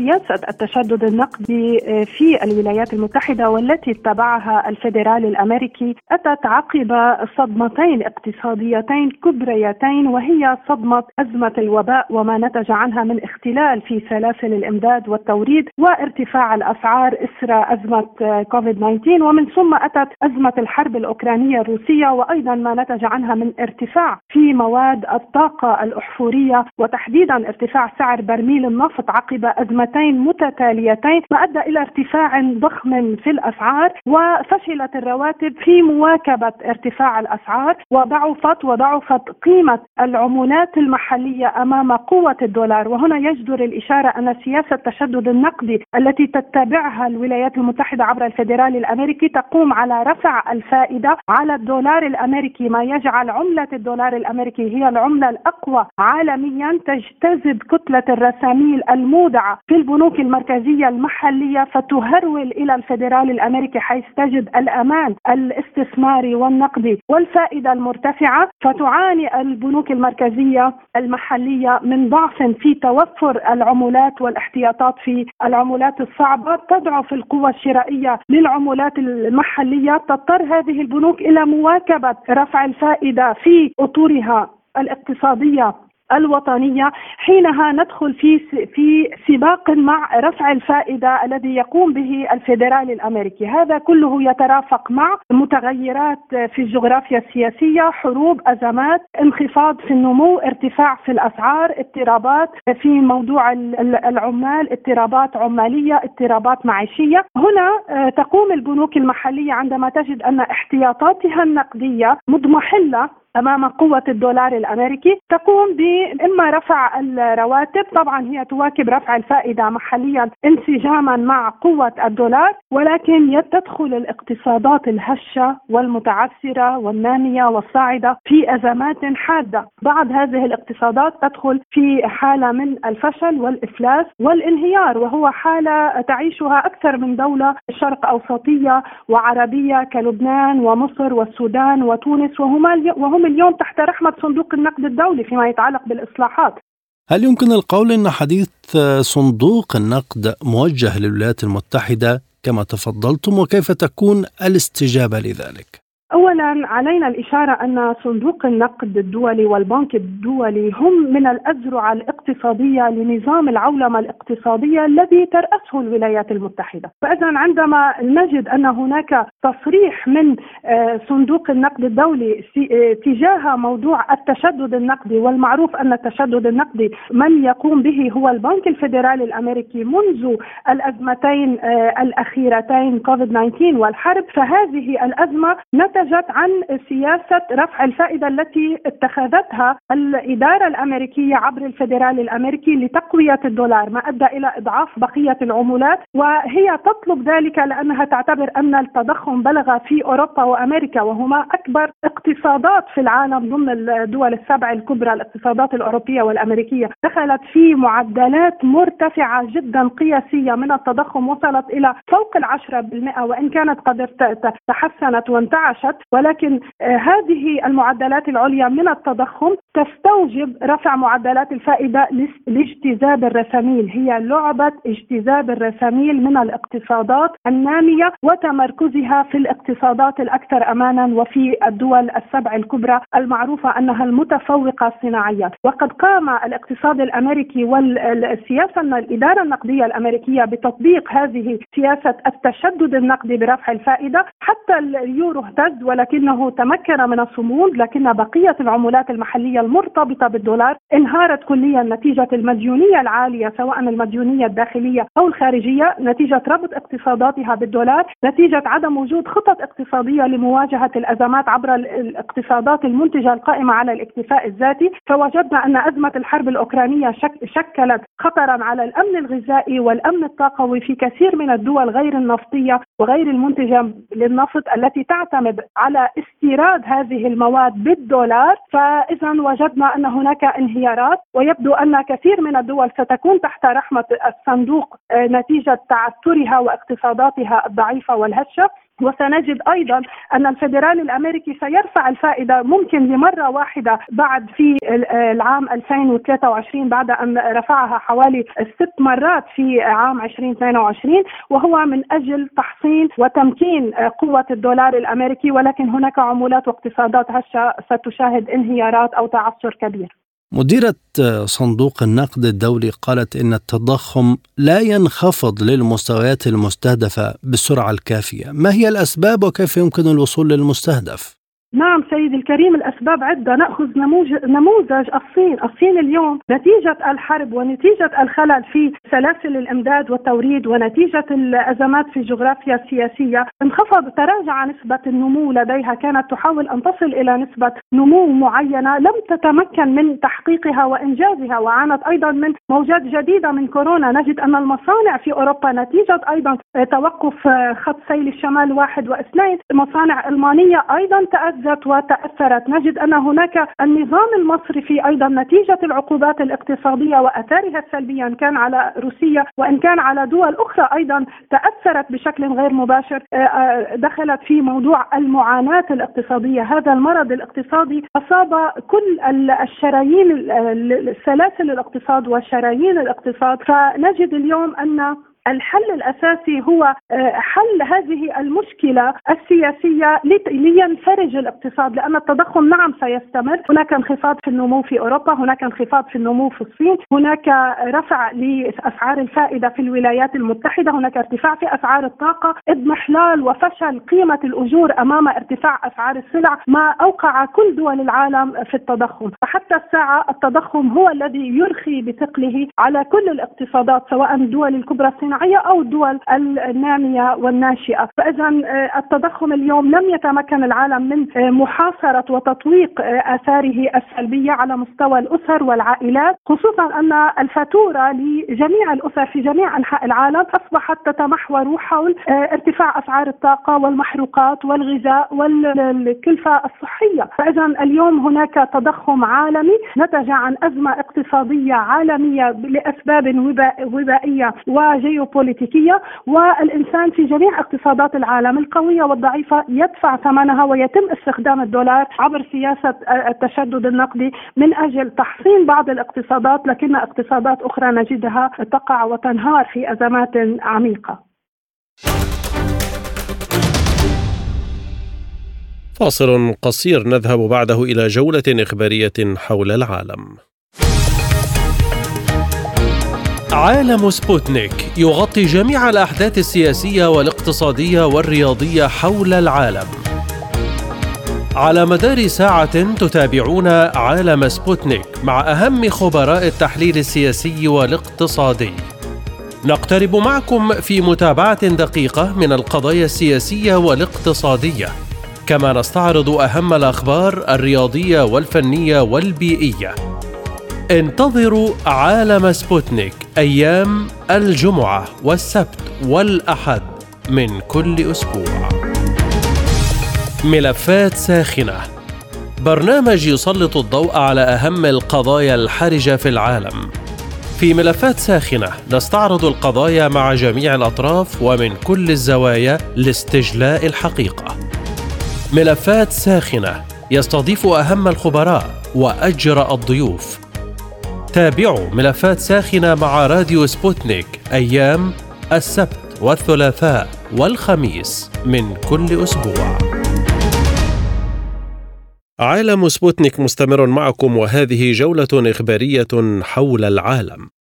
التشدد النقدي في الولايات المتحدة والتي اتبعها الفيدرالي الأمريكي أتت عقب صدمتين اقتصاديتين كبريتين، وهي صدمة أزمة الوباء وما نتج عنها من اختلال في سلاسل الإمداد والتوريد وارتفاع الأسعار إثر أزمة كوفيد-19، ومن ثم أتت أزمة الحرب الأوكرانية الروسية وأيضا ما نتج عنها من ارتفاع في مواد الطاقة الأحفورية وتحديدا ارتفاع سعر برميل النفط عقب أزمتين متتاليتين، ما أدى إلى ارتفاع ضخم في الأسعار، وفشلت الرواتب في مواكبة ارتفاع الأسعار، وضعفت قيمة العملات المحلية أمام قوة الدولار. وهنا يجدر الإشارة أن سياسة التشدد النقدي التي تتبعها الولايات المتحدة عبر الفيدرالي الأمريكي تقوم على رفع الفائدة على الدولار الأمريكي، ما يجعل عملة الدولار الأمريكي هي العملة الأقوى عالميا، تجتذب كتلة الرساميل المودعة في البنوك المركزية المحلية فتهرول إلى الفيدرالي الأمريكي، حيث تجد الأمان الاستثماري والنقدي والفائدة المرتفعة، فتعاني البنوك المركزية المحلية من ضعف في توفر العملات والاحتياطات في العملات الصعبة، تضعف القوة الشرائية للعملات المحلية، تضطر هذه البنوك إلى مواكبة رفع الفائدة في أطورها الاقتصادية الوطنية. حينها ندخل في سباق مع رفع الفائدة الذي يقوم به الفيدرالي الأمريكي. هذا كله يترافق مع متغيرات في الجغرافيا السياسية، حروب، أزمات، انخفاض في النمو، ارتفاع في الأسعار، اضطرابات في موضوع العمال، اضطرابات عمالية، اضطرابات معيشية. هنا تقوم البنوك المحلية عندما تجد أن احتياطاتها النقدية مضمحلة أمام قوة الدولار الأمريكي، تقوم بإما رفع الرواتب، طبعا هي تواكب رفع الفائدة محليا انسجاما مع قوة الدولار، ولكن تدخل الاقتصادات الهشة والمتعثرة والنامية والصاعدة في أزمات حادة. بعض هذه الاقتصادات تدخل في حالة من الفشل والإفلاس والانهيار، وهو حالة تعيشها أكثر من دولة شرق أوسطية وعربية كلبنان ومصر والسودان وتونس، وهم اليوم تحت رحمة صندوق النقد الدولي فيما يتعلق بالإصلاحات. هل يمكن القول أن حديث صندوق النقد موجه للولايات المتحدة كما تفضلتم، وكيف تكون الاستجابة لذلك؟ أولا علينا الإشارة أن صندوق النقد الدولي والبنك الدولي هم من الأذرع الاقتصادية لنظام العولمة الاقتصادية الذي ترأسه الولايات المتحدة. فإذا عندما نجد أن هناك تصريح من صندوق النقد الدولي تجاه موضوع التشدد النقدي، والمعروف أن التشدد النقدي من يقوم به هو البنك الفيدرالي الأمريكي منذ الأزمتين الأخيرتين كوفيد-19 والحرب، فهذه الأزمة نتجت عن سياسة رفع الفائدة التي اتخذتها الإدارة الأمريكية عبر الفيدرالي الأمريكي لتقوية الدولار، ما أدى إلى إضعاف بقية العملات، وهي تطلب ذلك لأنها تعتبر أن التضخم بلغ في أوروبا وأمريكا، وهما أكبر اقتصادات في العالم ضمن الدول السبع الكبرى، الاقتصادات الأوروبية والأمريكية، دخلت في معدلات مرتفعة جدا قياسية من التضخم، وصلت إلى فوق 10%، وإن كانت قد تحسنت وانتعشت، ولكن هذه المعدلات العليا من التضخم تستوجب رفع معدلات الفائدة لاجتذاب الرساميل. هي لعبة اجتذاب الرساميل من الاقتصادات النامية وتمركزها في الاقتصادات الأكثر أمانا وفي الدول السبع الكبرى المعروفة أنها المتفوقة صناعيا. وقد قام الاقتصاد الأمريكي والسياسة الإدارة النقدية الأمريكية بتطبيق هذه سياسة التشدد النقدي برفع الفائدة، حتى اليورو اهتز ولكنه تمكن من الصمود، لكن بقية العملات المحلية المرتبطة بالدولار انهارت كليا نتيجة المديونية العالية، سواء المديونية الداخلية أو الخارجية، نتيجة ربط اقتصاداتها بالدولار، نتيجة عدم وجود خطط اقتصادية لمواجهة الأزمات عبر الاقتصادات المنتجة القائمة على الاكتفاء الذاتي. فوجدنا أن أزمة الحرب الأوكرانية شكلت خطرا على الأمن الغذائي والأمن الطاقوي في كثير من الدول غير النفطية وغير المنتجة للنفط التي تعتمد على استيراد هذه المواد بالدولار. فإذا وجدنا أن هناك انهيارات، ويبدو أن كثير من الدول ستكون تحت رحمة الصندوق نتيجة تعثرها واقتصاداتها الضعيفة والهشة. وسنجد أيضا أن الفيدرالي الأمريكي سيرفع الفائدة ممكن لمرة واحدة بعد في العام 2023 بعد أن رفعها حوالي 6 مرات في عام 2022، وهو من أجل تحصين وتمكين قوة الدولار الأمريكي، ولكن هناك عمولات واقتصادات هشة ستشاهد انهيارات أو تعثر كبير. مديرة صندوق النقد الدولي قالت إن التضخم لا ينخفض للمستويات المستهدفة بالسرعة الكافية. ما هي الأسباب وكيف يمكن الوصول للمستهدف؟ نعم سيدي الكريم، الأسباب عدة. نأخذ نموذج الصين اليوم نتيجة الحرب ونتيجة الخلل في سلاسل الإمداد والتوريد ونتيجة الأزمات في الجغرافيا السياسية تراجع نسبة النمو لديها. كانت تحاول أن تصل إلى نسبة نمو معينة لم تتمكن من تحقيقها وإنجازها، وعانت أيضا من موجات جديدة من كورونا. نجد أن المصانع في أوروبا نتيجة أيضا توقف خط سيل الشمال 1 و2 مصانع ألمانية أيضا وتأثرت. نجد أن هناك النظام المصرفي أيضا نتيجة العقوبات الاقتصادية وأثارها السلبية إن كان على روسيا وإن كان على دول أخرى أيضا تأثرت بشكل غير مباشر، دخلت في موضوع المعاناة الاقتصادية. هذا المرض الاقتصادي أصاب كل الشرايين، سلاسل الاقتصاد وشرايين الاقتصاد. فنجد اليوم أن الحل الأساسي هو حل هذه المشكلة السياسية لينفرج الاقتصاد، لأن التضخم نعم سيستمر. هناك انخفاض في النمو في أوروبا، هناك انخفاض في النمو في الصين، هناك رفع لأسعار الفائدة في الولايات المتحدة، هناك ارتفاع في أسعار الطاقة، اضمحلال وفشل قيمة الأجور أمام ارتفاع أسعار السلع ما أوقع كل دول العالم في التضخم. فحتى الساعة التضخم هو الذي يرخي بثقله على كل الاقتصادات سواء الدول الكبرى الصناعية أو الدول النامية والناشئة. فإذا التضخم اليوم لم يتمكن العالم من محاصرة وتطويق آثاره السلبية على مستوى الأسر والعائلات، خصوصا أن الفاتورة لجميع الأسر في جميع أنحاء العالم أصبحت تتمحور حول ارتفاع أسعار الطاقة والمحروقات والغذاء والكلفة الصحية. فإذا اليوم هناك تضخم عالمي نتج عن أزمة اقتصادية عالمية لأسباب وبائية وجيوبوليتيكية، والإنسان في جميع اقتصادات العالم القوية والضعيفة يدفع ثمنها، ويتم استخدام الدولار عبر سياسة التشدد النقدي من أجل تحصين بعض الاقتصادات، لكن اقتصادات أخرى نجدها تقع وتنهار في أزمات عميقة. فاصل قصير نذهب بعده إلى جولة إخبارية حول العالم. عالم سبوتنيك يغطي جميع الأحداث السياسية والاقتصادية والرياضية حول العالم. على مدار ساعة تتابعون عالم سبوتنيك مع أهم خبراء التحليل السياسي والاقتصادي. نقترب معكم في متابعة دقيقة من القضايا السياسية والاقتصادية، كما نستعرض أهم الأخبار الرياضية والفنية والبيئية. انتظروا عالم سبوتنيك أيام الجمعة والسبت والأحد من كل أسبوع. ملفات ساخنة، برنامج يسلط الضوء على أهم القضايا الحرجة في العالم. في ملفات ساخنة نستعرض القضايا مع جميع الأطراف ومن كل الزوايا لاستجلاء الحقيقة. ملفات ساخنة يستضيف أهم الخبراء وأجرأ الضيوف. تابعوا ملفات ساخنة مع راديو سبوتنيك أيام السبت والثلاثاء والخميس من كل أسبوع. عالم سبوتنيك مستمر معكم، وهذه جولة إخبارية حول العالم.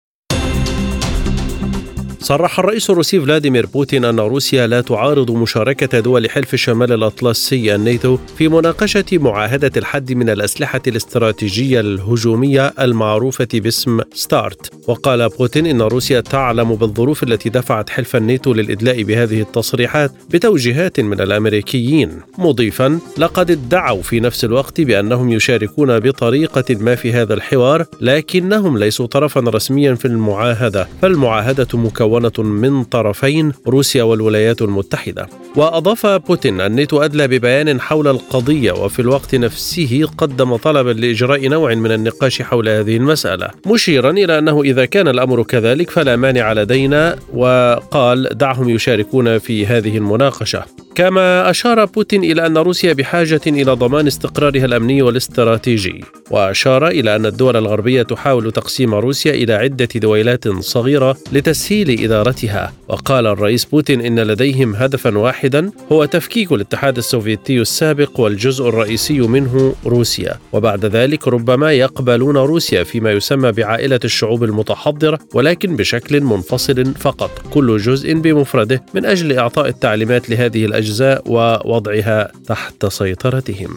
صرح الرئيس الروسي فلاديمير بوتين أن روسيا لا تعارض مشاركة دول حلف الشمال الأطلسي الناتو في مناقشة معاهدة الحد من الأسلحة الاستراتيجية الهجومية المعروفة باسم ستارت. وقال بوتين إن روسيا تعلم بالظروف التي دفعت حلف الناتو للإدلاء بهذه التصريحات بتوجيهات من الأمريكيين، مضيفا لقد ادعوا في نفس الوقت بأنهم يشاركون بطريقة ما في هذا الحوار، لكنهم ليسوا طرفا رسميا في المعاهدة، فالمعاهدة مكونة مكونة من طرفين روسيا والولايات المتحدة. وأضاف بوتين: الناتو أدلى ببيان حول القضية، وفي الوقت نفسه قدم طلبا لإجراء نوع من النقاش حول هذه المسألة، مشيرا إلى أنه إذا كان الأمر كذلك فلا مانع لدينا، وقال: دعهم يشاركون في هذه المناقشة. كما أشار بوتين إلى أن روسيا بحاجة إلى ضمان استقرارها الأمني والاستراتيجي، وأشار إلى أن الدول الغربية تحاول تقسيم روسيا إلى عدة دويلات صغيرة لتسهيل إدارتها. وقال الرئيس بوتين إن لديهم هدفا واحدا هو تفكيك الاتحاد السوفيتي السابق والجزء الرئيسي منه روسيا، وبعد ذلك ربما يقبلون روسيا فيما يسمى بعائلة الشعوب المتحضرة، ولكن بشكل منفصل فقط، كل جزء بمفرده، من أجل إعطاء التعليمات لهذه الأجزاء ووضعها تحت سيطرتهم.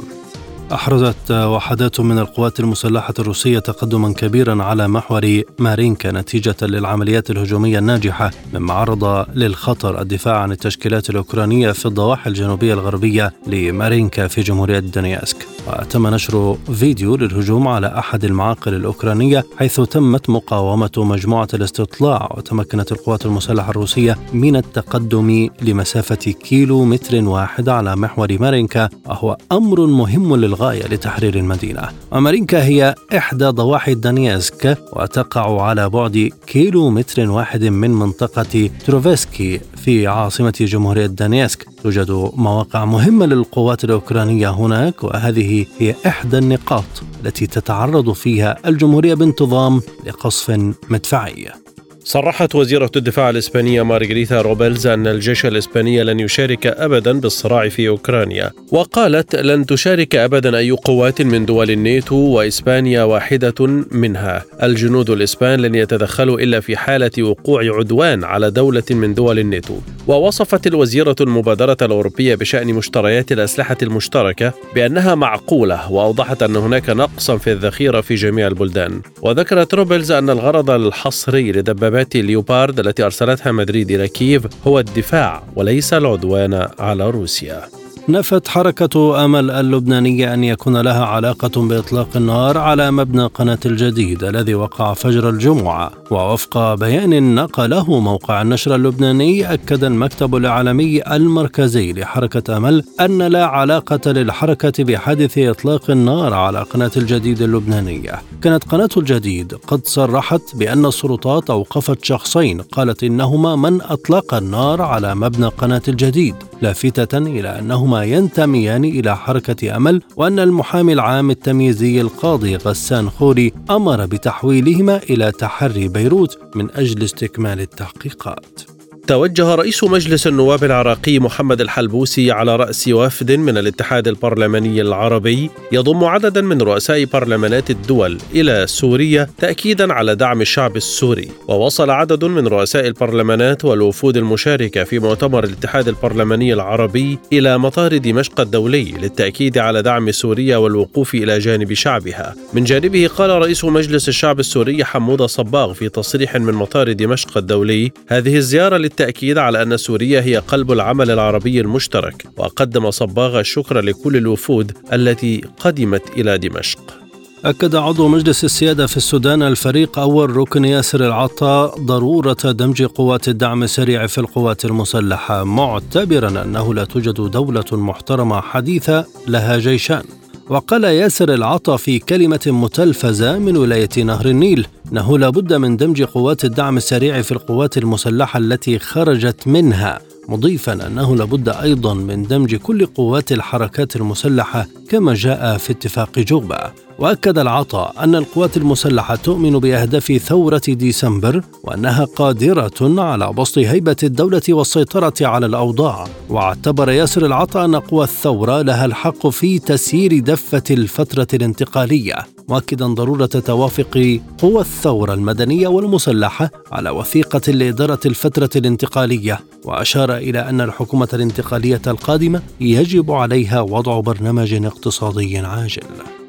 أحرزت وحدات من القوات المسلحة الروسية تقدما كبيرا على محور مارينكا نتيجة للعمليات الهجومية الناجحة، مما عرض للخطر الدفاع عن التشكيلات الأوكرانية في الضواحي الجنوبية الغربية لمارينكا في جمهورية دونياسك. وتم نشر فيديو للهجوم على أحد المعاقل الأوكرانية، حيث تمت مقاومة مجموعة الاستطلاع، وتمكنت القوات المسلحة الروسية من التقدم لمسافة كيلومتر واحد على محور مارينكا، وهو أمر مهم للغاية لتحرير المدينة. ومارينكا هي إحدى ضواحي دونياسك، وتقع على بعد كيلومتر واحد من منطقة تروفسكي في عاصمة جمهورية دونياسك. توجد مواقع مهمة للقوات الأوكرانية هناك، وهذه هي إحدى النقاط التي تتعرض فيها الجمهورية بانتظام لقصف مدفعي. صرحت وزيرة الدفاع الإسبانية مارغريتا روبلز أن الجيش الإسباني لن يشارك أبدا بالصراع في أوكرانيا، وقالت: لن تشارك أبدا أي قوات من دول الناتو، وإسبانيا واحدة منها. الجنود الإسبان لن يتدخلوا إلا في حالة وقوع عدوان على دولة من دول الناتو. ووصفت الوزيرة المبادرة الأوروبية بشأن مشتريات الأسلحة المشتركة بأنها معقولة، وأوضحت أن هناك نقصا في الذخيرة في جميع البلدان. وذكرت روبلز أن الغرض الحصري لدبابات ليوبارد التي أرسلتها مدريد إلى كييف هو الدفاع وليس العدوان على روسيا. نفت حركة أمل اللبنانية أن يكون لها علاقة بإطلاق النار على مبنى قناة الجديد الذي وقع فجر الجمعة. ووفق بيان نقله موقع النشر اللبناني، أكد المكتب الإعلامي المركزي لحركة أمل أن لا علاقة للحركة بحادث إطلاق النار على قناة الجديد اللبنانية. كانت قناة الجديد قد صرحت بأن السلطات أوقفت شخصين قالت إنهما من أطلق النار على مبنى قناة الجديد، لافتة إلى أنهما ينتميان إلى حركة أمل، وأن المحامي العام التمييزي القاضي غسان خوري أمر بتحويلهما إلى تحري بيروت من أجل استكمال التحقيقات. توجه رئيس مجلس النواب العراقي محمد الحلبوسي على رأس وفد من الاتحاد البرلماني العربي يضم عددا من رؤساء برلمانات الدول إلى سوريا تأكيدا على دعم الشعب السوري. ووصل عدد من رؤساء البرلمانات والوفود المشاركة في مؤتمر الاتحاد البرلماني العربي إلى مطار دمشق الدولي للتأكيد على دعم سوريا والوقوف إلى جانب شعبها. من جانبه قال رئيس مجلس الشعب السوري حمود صباغ في تصريح من مطار دمشق الدولي: هذه الزيارة للتأكيد على أن سوريا هي قلب العمل العربي المشترك. وقدم صباغ الشكر لكل الوفود التي قدمت إلى دمشق. أكد عضو مجلس السيادة في السودان الفريق أول ركن ياسر العطا ضرورة دمج قوات الدعم السريع في القوات المسلحة، معتبرا أنه لا توجد دولة محترمة حديثة لها جيشان. وقال ياسر العطا في كلمة متلفزة من ولاية نهر النيل أنه لا بد من دمج قوات الدعم السريع في القوات المسلحة التي خرجت منها، مضيفا أنه لا بد أيضا من دمج كل قوات الحركات المسلحة كما جاء في اتفاق جوبا. وأكد العطا أن القوات المسلحة تؤمن بأهداف ثورة ديسمبر، وأنها قادرة على بسط هيبة الدولة والسيطرة على الأوضاع. واعتبر ياسر العطا أن قوى الثورة لها الحق في تسيير دفة الفترة الانتقالية، مؤكدا ضرورة توافق قوى الثورة المدنية والمسلحة على وثيقة لإدارة الفترة الانتقالية. وأشار إلى أن الحكومة الانتقالية القادمة يجب عليها وضع برنامج اقتصادي عاجل.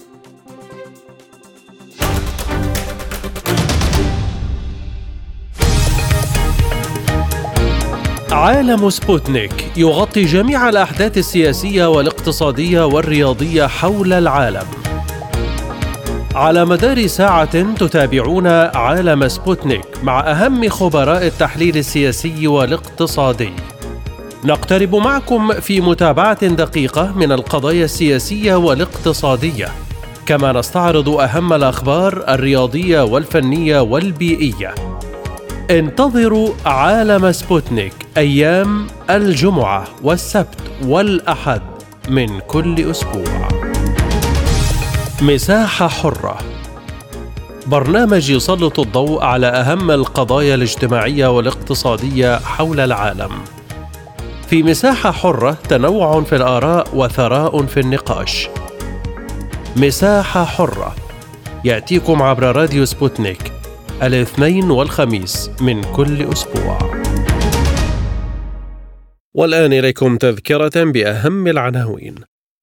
عالم سبوتنيك يغطي جميع الأحداث السياسية والاقتصادية والرياضية حول العالم. على مدار ساعة تتابعون عالم سبوتنيك مع أهم خبراء التحليل السياسي والاقتصادي. نقترب معكم في متابعة دقيقة من القضايا السياسية والاقتصادية، كما نستعرض أهم الأخبار الرياضية والفنية والبيئية. انتظروا عالم سبوتنيك أيام الجمعة والسبت والأحد من كل أسبوع. مساحة حرة، برنامج يسلط الضوء على أهم القضايا الاجتماعية والاقتصادية حول العالم. في مساحة حرة تنوع في الآراء وثراء في النقاش. مساحة حرة يأتيكم عبر راديو سبوتنيك الاثنين والخميس من كل أسبوع. والآن إليكم تذكرة بأهم العناوين.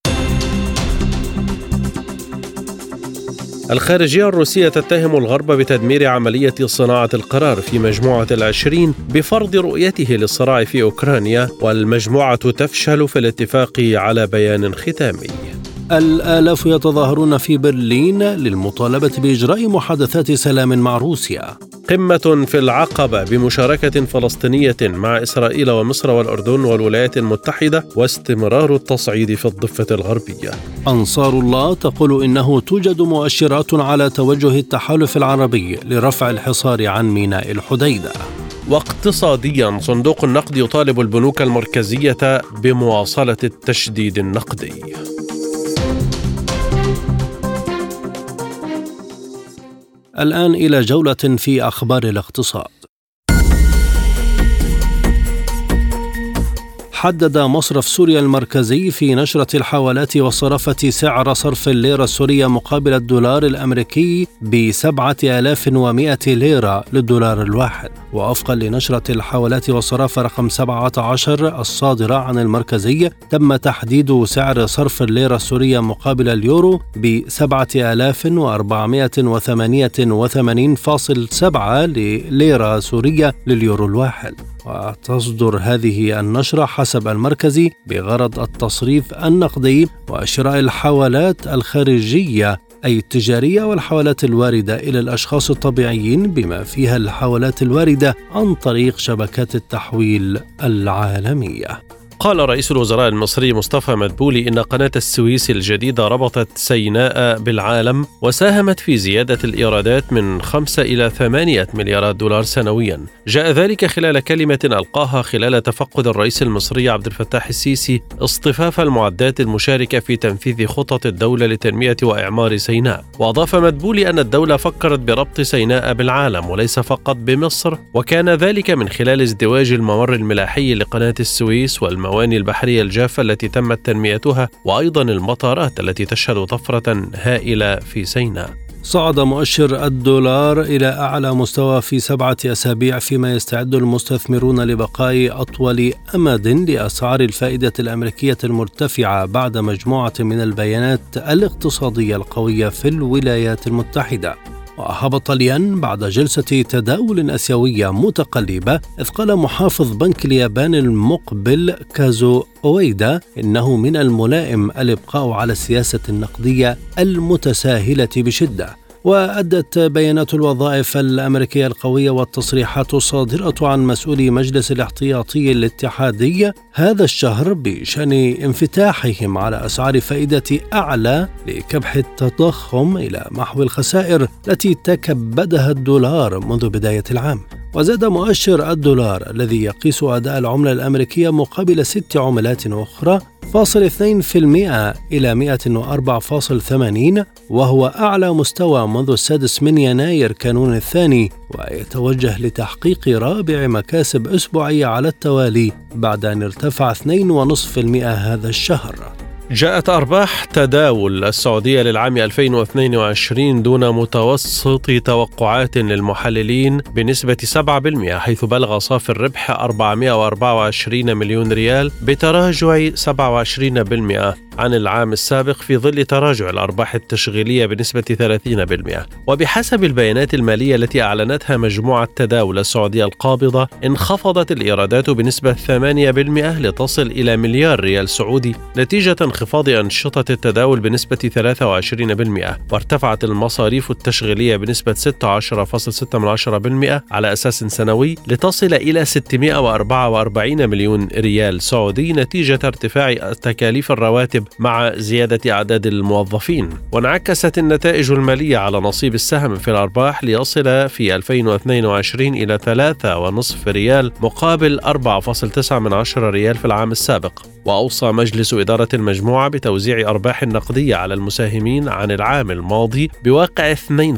الخارجية الروسية تتهم الغرب بتدمير عملية صناعة القرار في مجموعة ال20 بفرض رؤيته للصراع في أوكرانيا، والمجموعة تفشل في الاتفاق على بيان ختامي. الآلاف يتظاهرون في برلين للمطالبة بإجراء محادثات سلام مع روسيا. قمة في العقبة بمشاركة فلسطينية مع إسرائيل ومصر والأردن والولايات المتحدة، واستمرار التصعيد في الضفة الغربية. أنصار الله تقول إنه توجد مؤشرات على توجه التحالف العربي لرفع الحصار عن ميناء الحديدة. واقتصاديا، صندوق النقد يطالب البنوك المركزية بمواصلة التشديد النقدي. الآن إلى جولة في أخبار الاقتصاد. حدد مصرف سوريا المركزي في نشرة الحوالات وصرافة سعر صرف الليرة السورية مقابل الدولار الأمريكي ب7,100 ليرة للدولار الواحد. ووفقا لنشرة الحوالات والصرافة رقم 17 الصادرة عن المركزي، تم تحديد سعر صرف الليرة السورية مقابل اليورو ب7,488.7 ليرة سورية لليورو الواحد. وتصدر هذه النشرة حسب المركزي بغرض التصريف النقدي وشراء الحوالات الخارجية أي التجارية والحوالات الواردة إلى الأشخاص الطبيعيين، بما فيها الحوالات الواردة عن طريق شبكات التحويل العالمية. قال رئيس الوزراء المصري مصطفى مدبولي إن قناة السويس الجديدة ربطت سيناء بالعالم وساهمت في زيادة الإيرادات من 5 إلى 8 مليارات دولار سنويا. جاء ذلك خلال كلمة ألقاها خلال تفقد الرئيس المصري عبد الفتاح السيسي اصطفاف المعدات المشاركة في تنفيذ خطط الدولة لتنمية وإعمار سيناء. وأضاف مدبولي أن الدولة فكرت بربط سيناء بالعالم وليس فقط بمصر، وكان ذلك من خلال ازدواج الممر الملاحي لقناة السويس والمواني البحرية الجافة التي تمت تنميتها، وأيضا المطارات التي تشهد طفرة هائلة في سيناء. صعد مؤشر الدولار إلى أعلى مستوى في 7 أسابيع، فيما يستعد المستثمرون لبقاء أطول أمد لأسعار الفائدة الأمريكية المرتفعة بعد مجموعة من البيانات الاقتصادية القوية في الولايات المتحدة. وهبط الين بعد جلسة تداول أسيوية متقلبة، إذ قال محافظ بنك اليابان المقبل كازو أويدا إنه من الملائم الإبقاء على السياسة النقدية المتساهلة بشدة. وأدت بيانات الوظائف الأمريكية القوية والتصريحات الصادرة عن مسؤولي مجلس الاحتياطي الاتحادي هذا الشهر بشأن انفتاحهم على أسعار فائدة أعلى لكبح التضخم إلى محو الخسائر التي تكبدها الدولار منذ بداية العام. وزاد مؤشر الدولار الذي يقيس أداء العملة الأمريكية مقابل 6 عملات أخرى 0.2% إلى 104.80، وهو أعلى مستوى منذ 6 يناير كانون الثاني، ويتوجه لتحقيق رابع مكاسب أسبوعية على التوالي بعد أن ارتفع 2.5% هذا الشهر. جاءت أرباح تداول السعودية للعام 2022 دون متوسط توقعات للمحللين بنسبة 7%، حيث بلغ صافي الربح 424 مليون ريال بتراجع 27% عن العام السابق في ظل تراجع الأرباح التشغيلية بنسبة 30%. وبحسب البيانات المالية التي أعلنتها مجموعة تداول السعودية القابضة، انخفضت الإيرادات بنسبة 8% لتصل إلى مليار ريال سعودي نتيجة انخفاض أنشطة التداول بنسبة 23%، وارتفعت المصاريف التشغيلية بنسبة 16.6% على أساس سنوي لتصل إلى 644 مليون ريال سعودي نتيجة ارتفاع تكاليف الرواتب مع زيادة أعداد الموظفين. وانعكست النتائج المالية على نصيب السهم في الأرباح ليصل في 2022 إلى 3.5 ريال مقابل 4.9 ريال في العام السابق. وأوصى مجلس إدارة المجموعة بتوزيع أرباح نقدية على المساهمين عن العام الماضي بواقع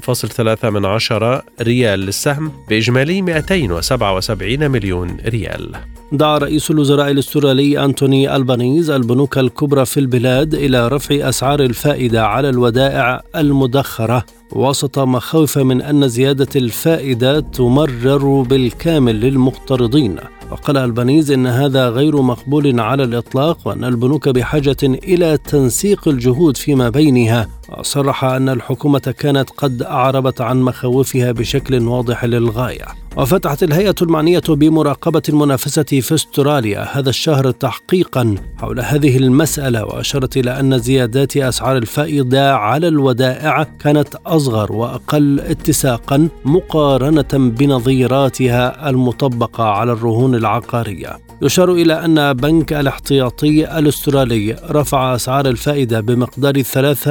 2.3 ريال للسهم بإجمالي 277 مليون ريال. دعا رئيس الوزراء الأسترالي أنتوني ألبانيز البنوك الكبرى في البلاد إلى رفع أسعار الفائدة على الودائع المدخرة وسط مخاوف من أن زيادة الفائدة تمرر بالكامل للمقترضين. وقال ألبانيز إن هذا غير مقبول على الإطلاق وأن البنوك بحاجة إلى تنسيق الجهود فيما بينها. وصرح أن الحكومة كانت قد أعربت عن مخاوفها بشكل واضح للغاية. وفتحت الهيئة المعنية بمراقبة المنافسة في أستراليا هذا الشهر تحقيقا حول هذه المسألة، وأشارت إلى أن زيادات أسعار الفائدة على الودائع كانت أصغر وأقل اتساقا مقارنة بنظيراتها المطبقة على الرهون العقارية. يشار إلى أن بنك الاحتياطي الأسترالي رفع أسعار الفائدة بمقدار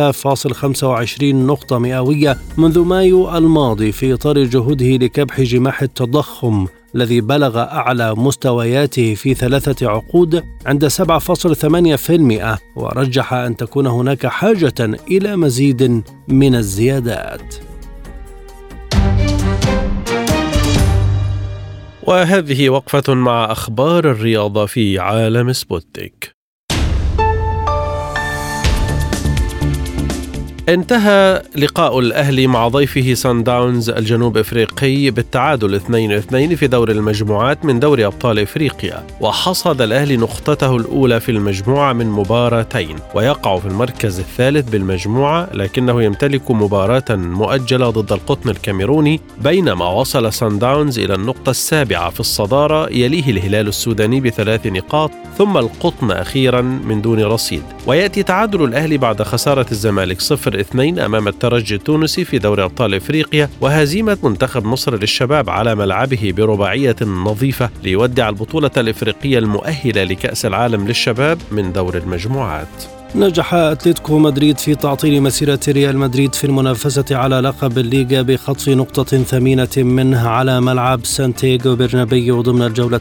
3.25 نقطة مئوية منذ مايو الماضي في إطار جهوده لكبح جماح التضخم الذي بلغ أعلى مستوياته في 3 عقود عند 7.8%، ورجح أن تكون هناك حاجة إلى مزيد من الزيادات. وهذه وقفة مع أخبار الرياضة في عالم سبوتنيك. انتهى لقاء الأهلي مع ضيفه سان داونز الجنوب إفريقي بالتعادل 2-2 في دور المجموعات من دوري أبطال إفريقيا، وحصد الأهلي نقطته الأولى في المجموعة من مباراتين ويقع في المركز الثالث بالمجموعة، لكنه يمتلك مباراة مؤجلة ضد القطن الكاميروني، بينما وصل سان داونز إلى النقطة السابعة في الصدارة، يليه الهلال السوداني ب3 نقاط ثم القطن أخيرا من دون رصيد. ويأتي تعادل الأهلي بعد خسارة الزمالك 0-2 أمام الترجي التونسي في دوري أبطال إفريقيا، وهزيمة منتخب مصر للشباب على ملعبه برباعية نظيفة ليودع البطولة الإفريقية المؤهلة لكأس العالم للشباب من دور المجموعات. نجح أتلتيكو مدريد في تعطيل مسيرة ريال مدريد في المنافسة على لقب الليغا بخطف نقطة ثمينة منه على ملعب سانتياغو برنابيو ضمن الجولة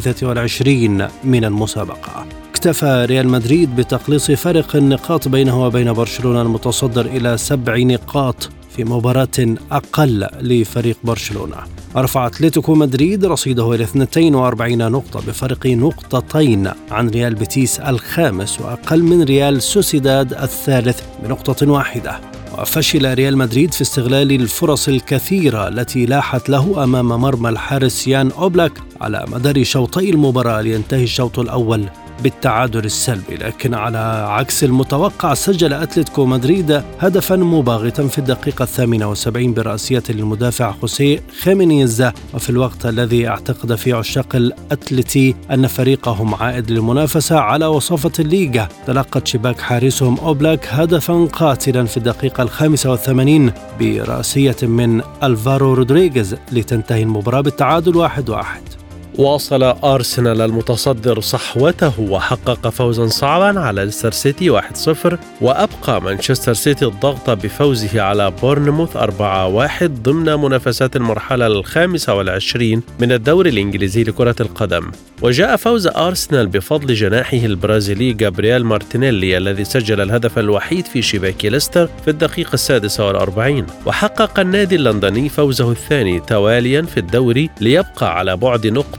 23 من المسابقة. اكتفى ريال مدريد بتقليص فارق النقاط بينه وبين برشلونة المتصدر إلى 7 نقاط في مباراة أقل لفريق برشلونة. رفع أتلتيكو مدريد رصيده إلى 42 نقطة بفرق نقطتين عن ريال بيتيس الخامس وأقل من ريال سوسيداد الثالث بنقطة واحدة. وفشل ريال مدريد في استغلال الفرص الكثيرة التي لاحت له أمام مرمى الحارس يان أوبلاك على مدار شوطي المباراة لينتهي الشوط الأول بالتعادل السلبي. لكن على عكس المتوقع سجل أتلتيكو مدريد هدفا مباغتا في الدقيقة 78 برأسية للمدافع خوسيه خيمينيز، وفي الوقت الذي اعتقد فيه عشاق الأتلتي أن فريقهم عائد للمنافسة على وصافة الليغا، تلقت شباك حارسهم أوبلاك هدفا قاتلا في الدقيقة 85 برأسية من ألفارو رودريغيز لتنتهي المباراة بالتعادل 1-1. واصل أرسنال المتصدر صحوته وحقق فوزا صعبا على ليستر سيتي 1-0، وأبقى مانشستر سيتي الضغط بفوزه على بورنموث 4-1 ضمن منافسات المرحلة 25 من الدوري الإنجليزي لكرة القدم. وجاء فوز أرسنال بفضل جناحه البرازيلي جابرييل مارتينيلي الذي سجل الهدف الوحيد في شباك ليستر في الدقيقة 46. وحقق النادي اللندني فوزه الثاني تواليا في الدوري ليبقى على بعد نقطة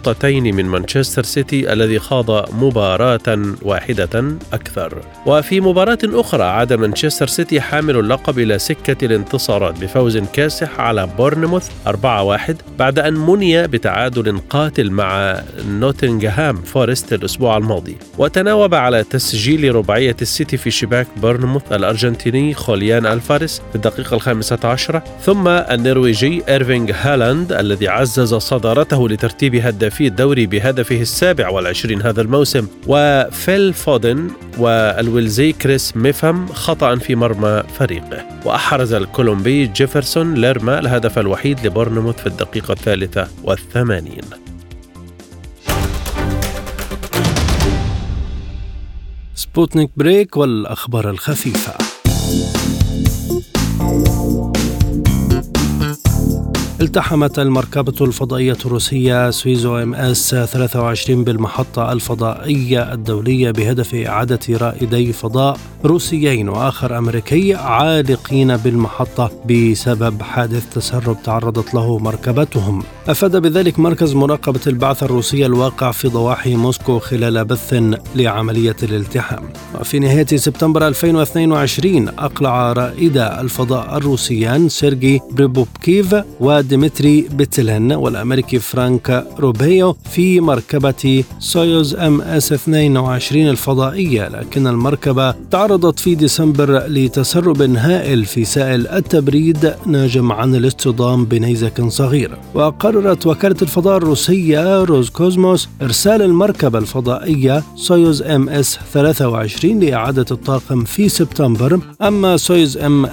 نقطتين من مانشستر سيتي الذي خاض مباراة واحدة أكثر. وفي مباراة أخرى عاد مانشستر سيتي حامل اللقب إلى سكة الانتصارات بفوز كاسح على بورنموث 4-1 بعد أن مني بتعادل قاتل مع نوتنغهام فورست الأسبوع الماضي. وتناوب على تسجيل رباعية السيتي في شباك بورنموث الأرجنتيني خوليان ألفاريس في الدقيقة 15، ثم النرويجي إيرفينغ هالاند الذي عزز صدارته لترتيب هدافي الدوري بهدفه 27 هذا الموسم، وفيل فودن والويلزي كريس ميفام خطأ في مرمى فريقه. وأحرز الكولومبي جيفرسون ليرما الهدف الوحيد لبورنموث في الدقيقة 83. سبوتنيك بريك والأخبار الخفيفة. التحمت المركبة الفضائية الروسية سويزو MS-23 بالمحطة الفضائية الدولية بهدف إعادة رائدي فضاء روسيين وآخر أمريكي عالقين بالمحطة بسبب حادث تسرب تعرضت له مركبتهم. أفاد بذلك مركز مراقبة البعثة الروسية الواقع في ضواحي موسكو خلال بث لعملية الالتحام. وفي نهاية سبتمبر 2022 أقلع رائدا الفضاء الروسيان سيرجي بريبوبكيف وديمتري بيتلين والأمريكي فرانك روبيو في مركبة سويوز MS-22 الفضائية، لكن المركبة تعرضت في ديسمبر لتسرب هائل في سائل التبريد ناجم عن الاصطدام بنيزك صغير. وقررت وكالة الفضاء الروسية روزكوزموس إرسال المركبة الفضائية سويوز MS-23 لإعادة الطاقم في سبتمبر. أما سويوز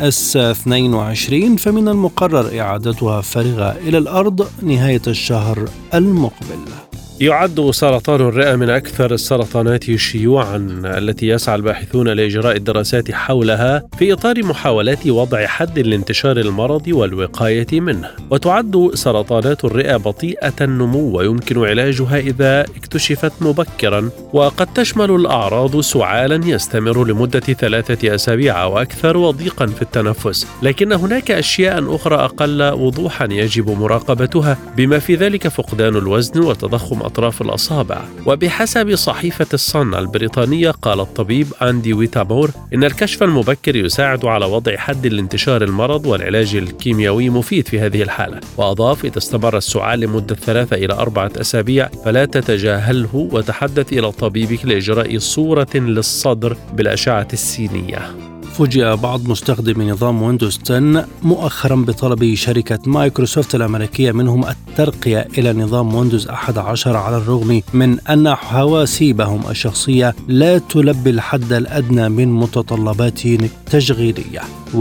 MS-22 فمن المقرر إعادتها فارغة إلى الأرض نهاية الشهر المقبل. يعد سرطان الرئة من أكثر السرطانات شيوعاً التي يسعى الباحثون لإجراء الدراسات حولها في إطار محاولات وضع حد لانتشار المرض والوقاية منه. وتعد سرطانات الرئة بطيئة النمو ويمكن علاجها إذا اكتشفت مبكراً، وقد تشمل الأعراض سعالاً يستمر لمدة 3 أسابيع أو أكثر وضيقاً في التنفس، لكن هناك أشياء أخرى أقل وضوحاً يجب مراقبتها، بما في ذلك فقدان الوزن وتضخم أطراف الأصابع. وبحسب صحيفة الصن البريطانية قال الطبيب أندي ويتامور إن الكشف المبكر يساعد على وضع حد لانتشار المرض، والعلاج الكيميائي مفيد في هذه الحالة. وأضاف: إذا استمر السعال لمدة 3 إلى 4 أسابيع فلا تتجاهله وتحدث إلى طبيبك لإجراء صورة للصدر بالأشعة السينية. فوجئ بعض مستخدمي نظام ويندوز 10 مؤخرا بطلب شركة مايكروسوفت الأمريكية منهم الترقية إلى نظام ويندوز 11 على الرغم من أن حواسيبهم الشخصية لا تلبي الحد الأدنى من متطلبات تشغيلية.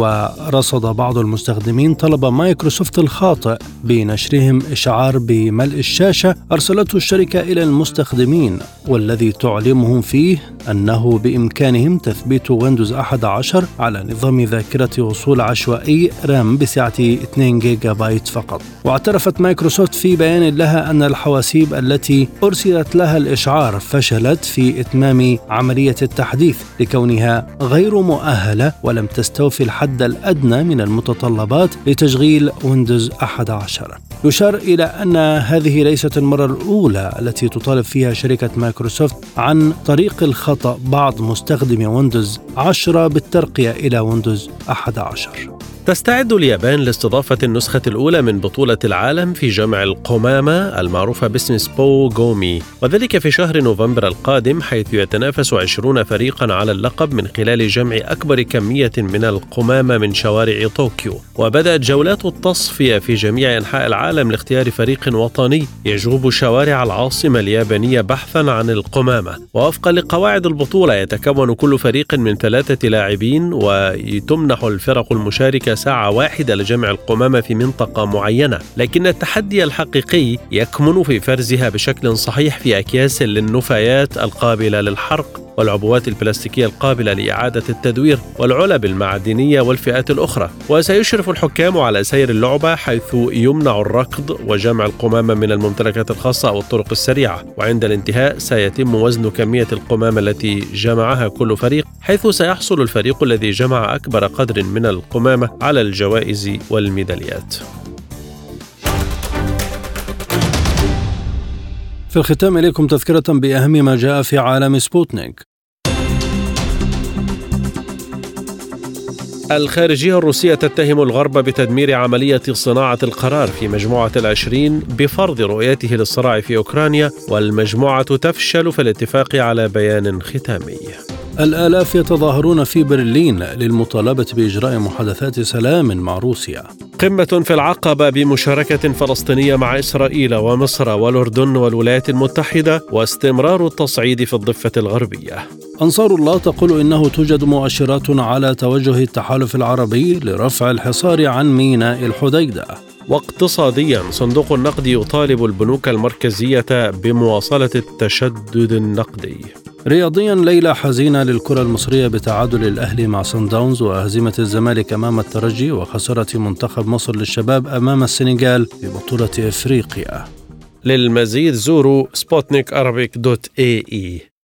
ورصد بعض المستخدمين طلب مايكروسوفت الخاطئ بنشرهم إشعار بملء الشاشة أرسلته الشركة إلى المستخدمين، والذي تعلمهم فيه أنه بإمكانهم تثبيت ويندوز 11 على نظام ذاكرة وصول عشوائي رام بسعة 2 جيجا بايت فقط. واعترفت مايكروسوفت في بيان لها أن الحواسيب التي أرسلت لها الإشعار فشلت في إتمام عملية التحديث لكونها غير مؤهلة ولم تستوفي الحد الأدنى من المتطلبات لتشغيل ويندوز 11. يشار إلى أن هذه ليست المرة الأولى التي تطالب فيها شركة مايكروسوفت عن طريق الخطأ بعض مستخدمي ويندوز 10 بالترقية إلى ويندوز 11. تستعد اليابان لاستضافة النسخة الأولى من بطولة العالم في جمع القمامة المعروفة باسم سبو غومي، وذلك في شهر نوفمبر القادم، حيث يتنافس 20 فريقا على اللقب من خلال جمع أكبر كمية من القمامة من شوارع طوكيو. وبدأت جولات التصفية في جميع أنحاء العالم لاختيار فريق وطني يجوب شوارع العاصمة اليابانية بحثا عن القمامة. ووفقا لقواعد البطولة يتكون كل فريق من 3 لاعبين، وتمنح الفرق المشاركة ساعة واحدة لجمع القمامة في منطقة معينة، لكن التحدي الحقيقي يكمن في فرزها بشكل صحيح في أكياس للنفايات القابلة للحرق والعبوات البلاستيكية القابلة لإعادة التدوير والعلب المعدنية والفئات الأخرى. وسيشرف الحكام على سير اللعبة، حيث يمنع الركض وجمع القمامة من الممتلكات الخاصة أو الطرق السريعة. وعند الانتهاء سيتم وزن كمية القمامة التي جمعها كل فريق، حيث سيحصل الفريق الذي جمع أكبر قدر من القمامة على الجوائز والميداليات. في الختام إليكم تذكرة بأهم ما جاء في عالم سبوتنيك. الخارجية الروسية تتهم الغرب بتدمير عملية صناعة القرار في مجموعة العشرين بفرض رؤيته للصراع في أوكرانيا، والمجموعة تفشل في الاتفاق على بيان ختامي. الآلاف يتظاهرون في برلين للمطالبة بإجراء محادثات سلام مع روسيا. قمة في العقبة بمشاركة فلسطينية مع إسرائيل ومصر والأردن والولايات المتحدة، واستمرار التصعيد في الضفة الغربية. أنصار الله تقول إنه توجد مؤشرات على توجه التحالف العربي لرفع الحصار عن ميناء الحديدة. واقتصاديا، صندوق النقد يطالب البنوك المركزية بمواصلة التشدد النقدي. رياضيا، ليلة حزينة للكرة المصرية بتعادل الأهلي مع صن داونز وهزيمة الزمالك أمام الترجي وخسارة منتخب مصر للشباب أمام السنغال في بطولة إفريقيا. للمزيد زوروا sputnikarabic.ae.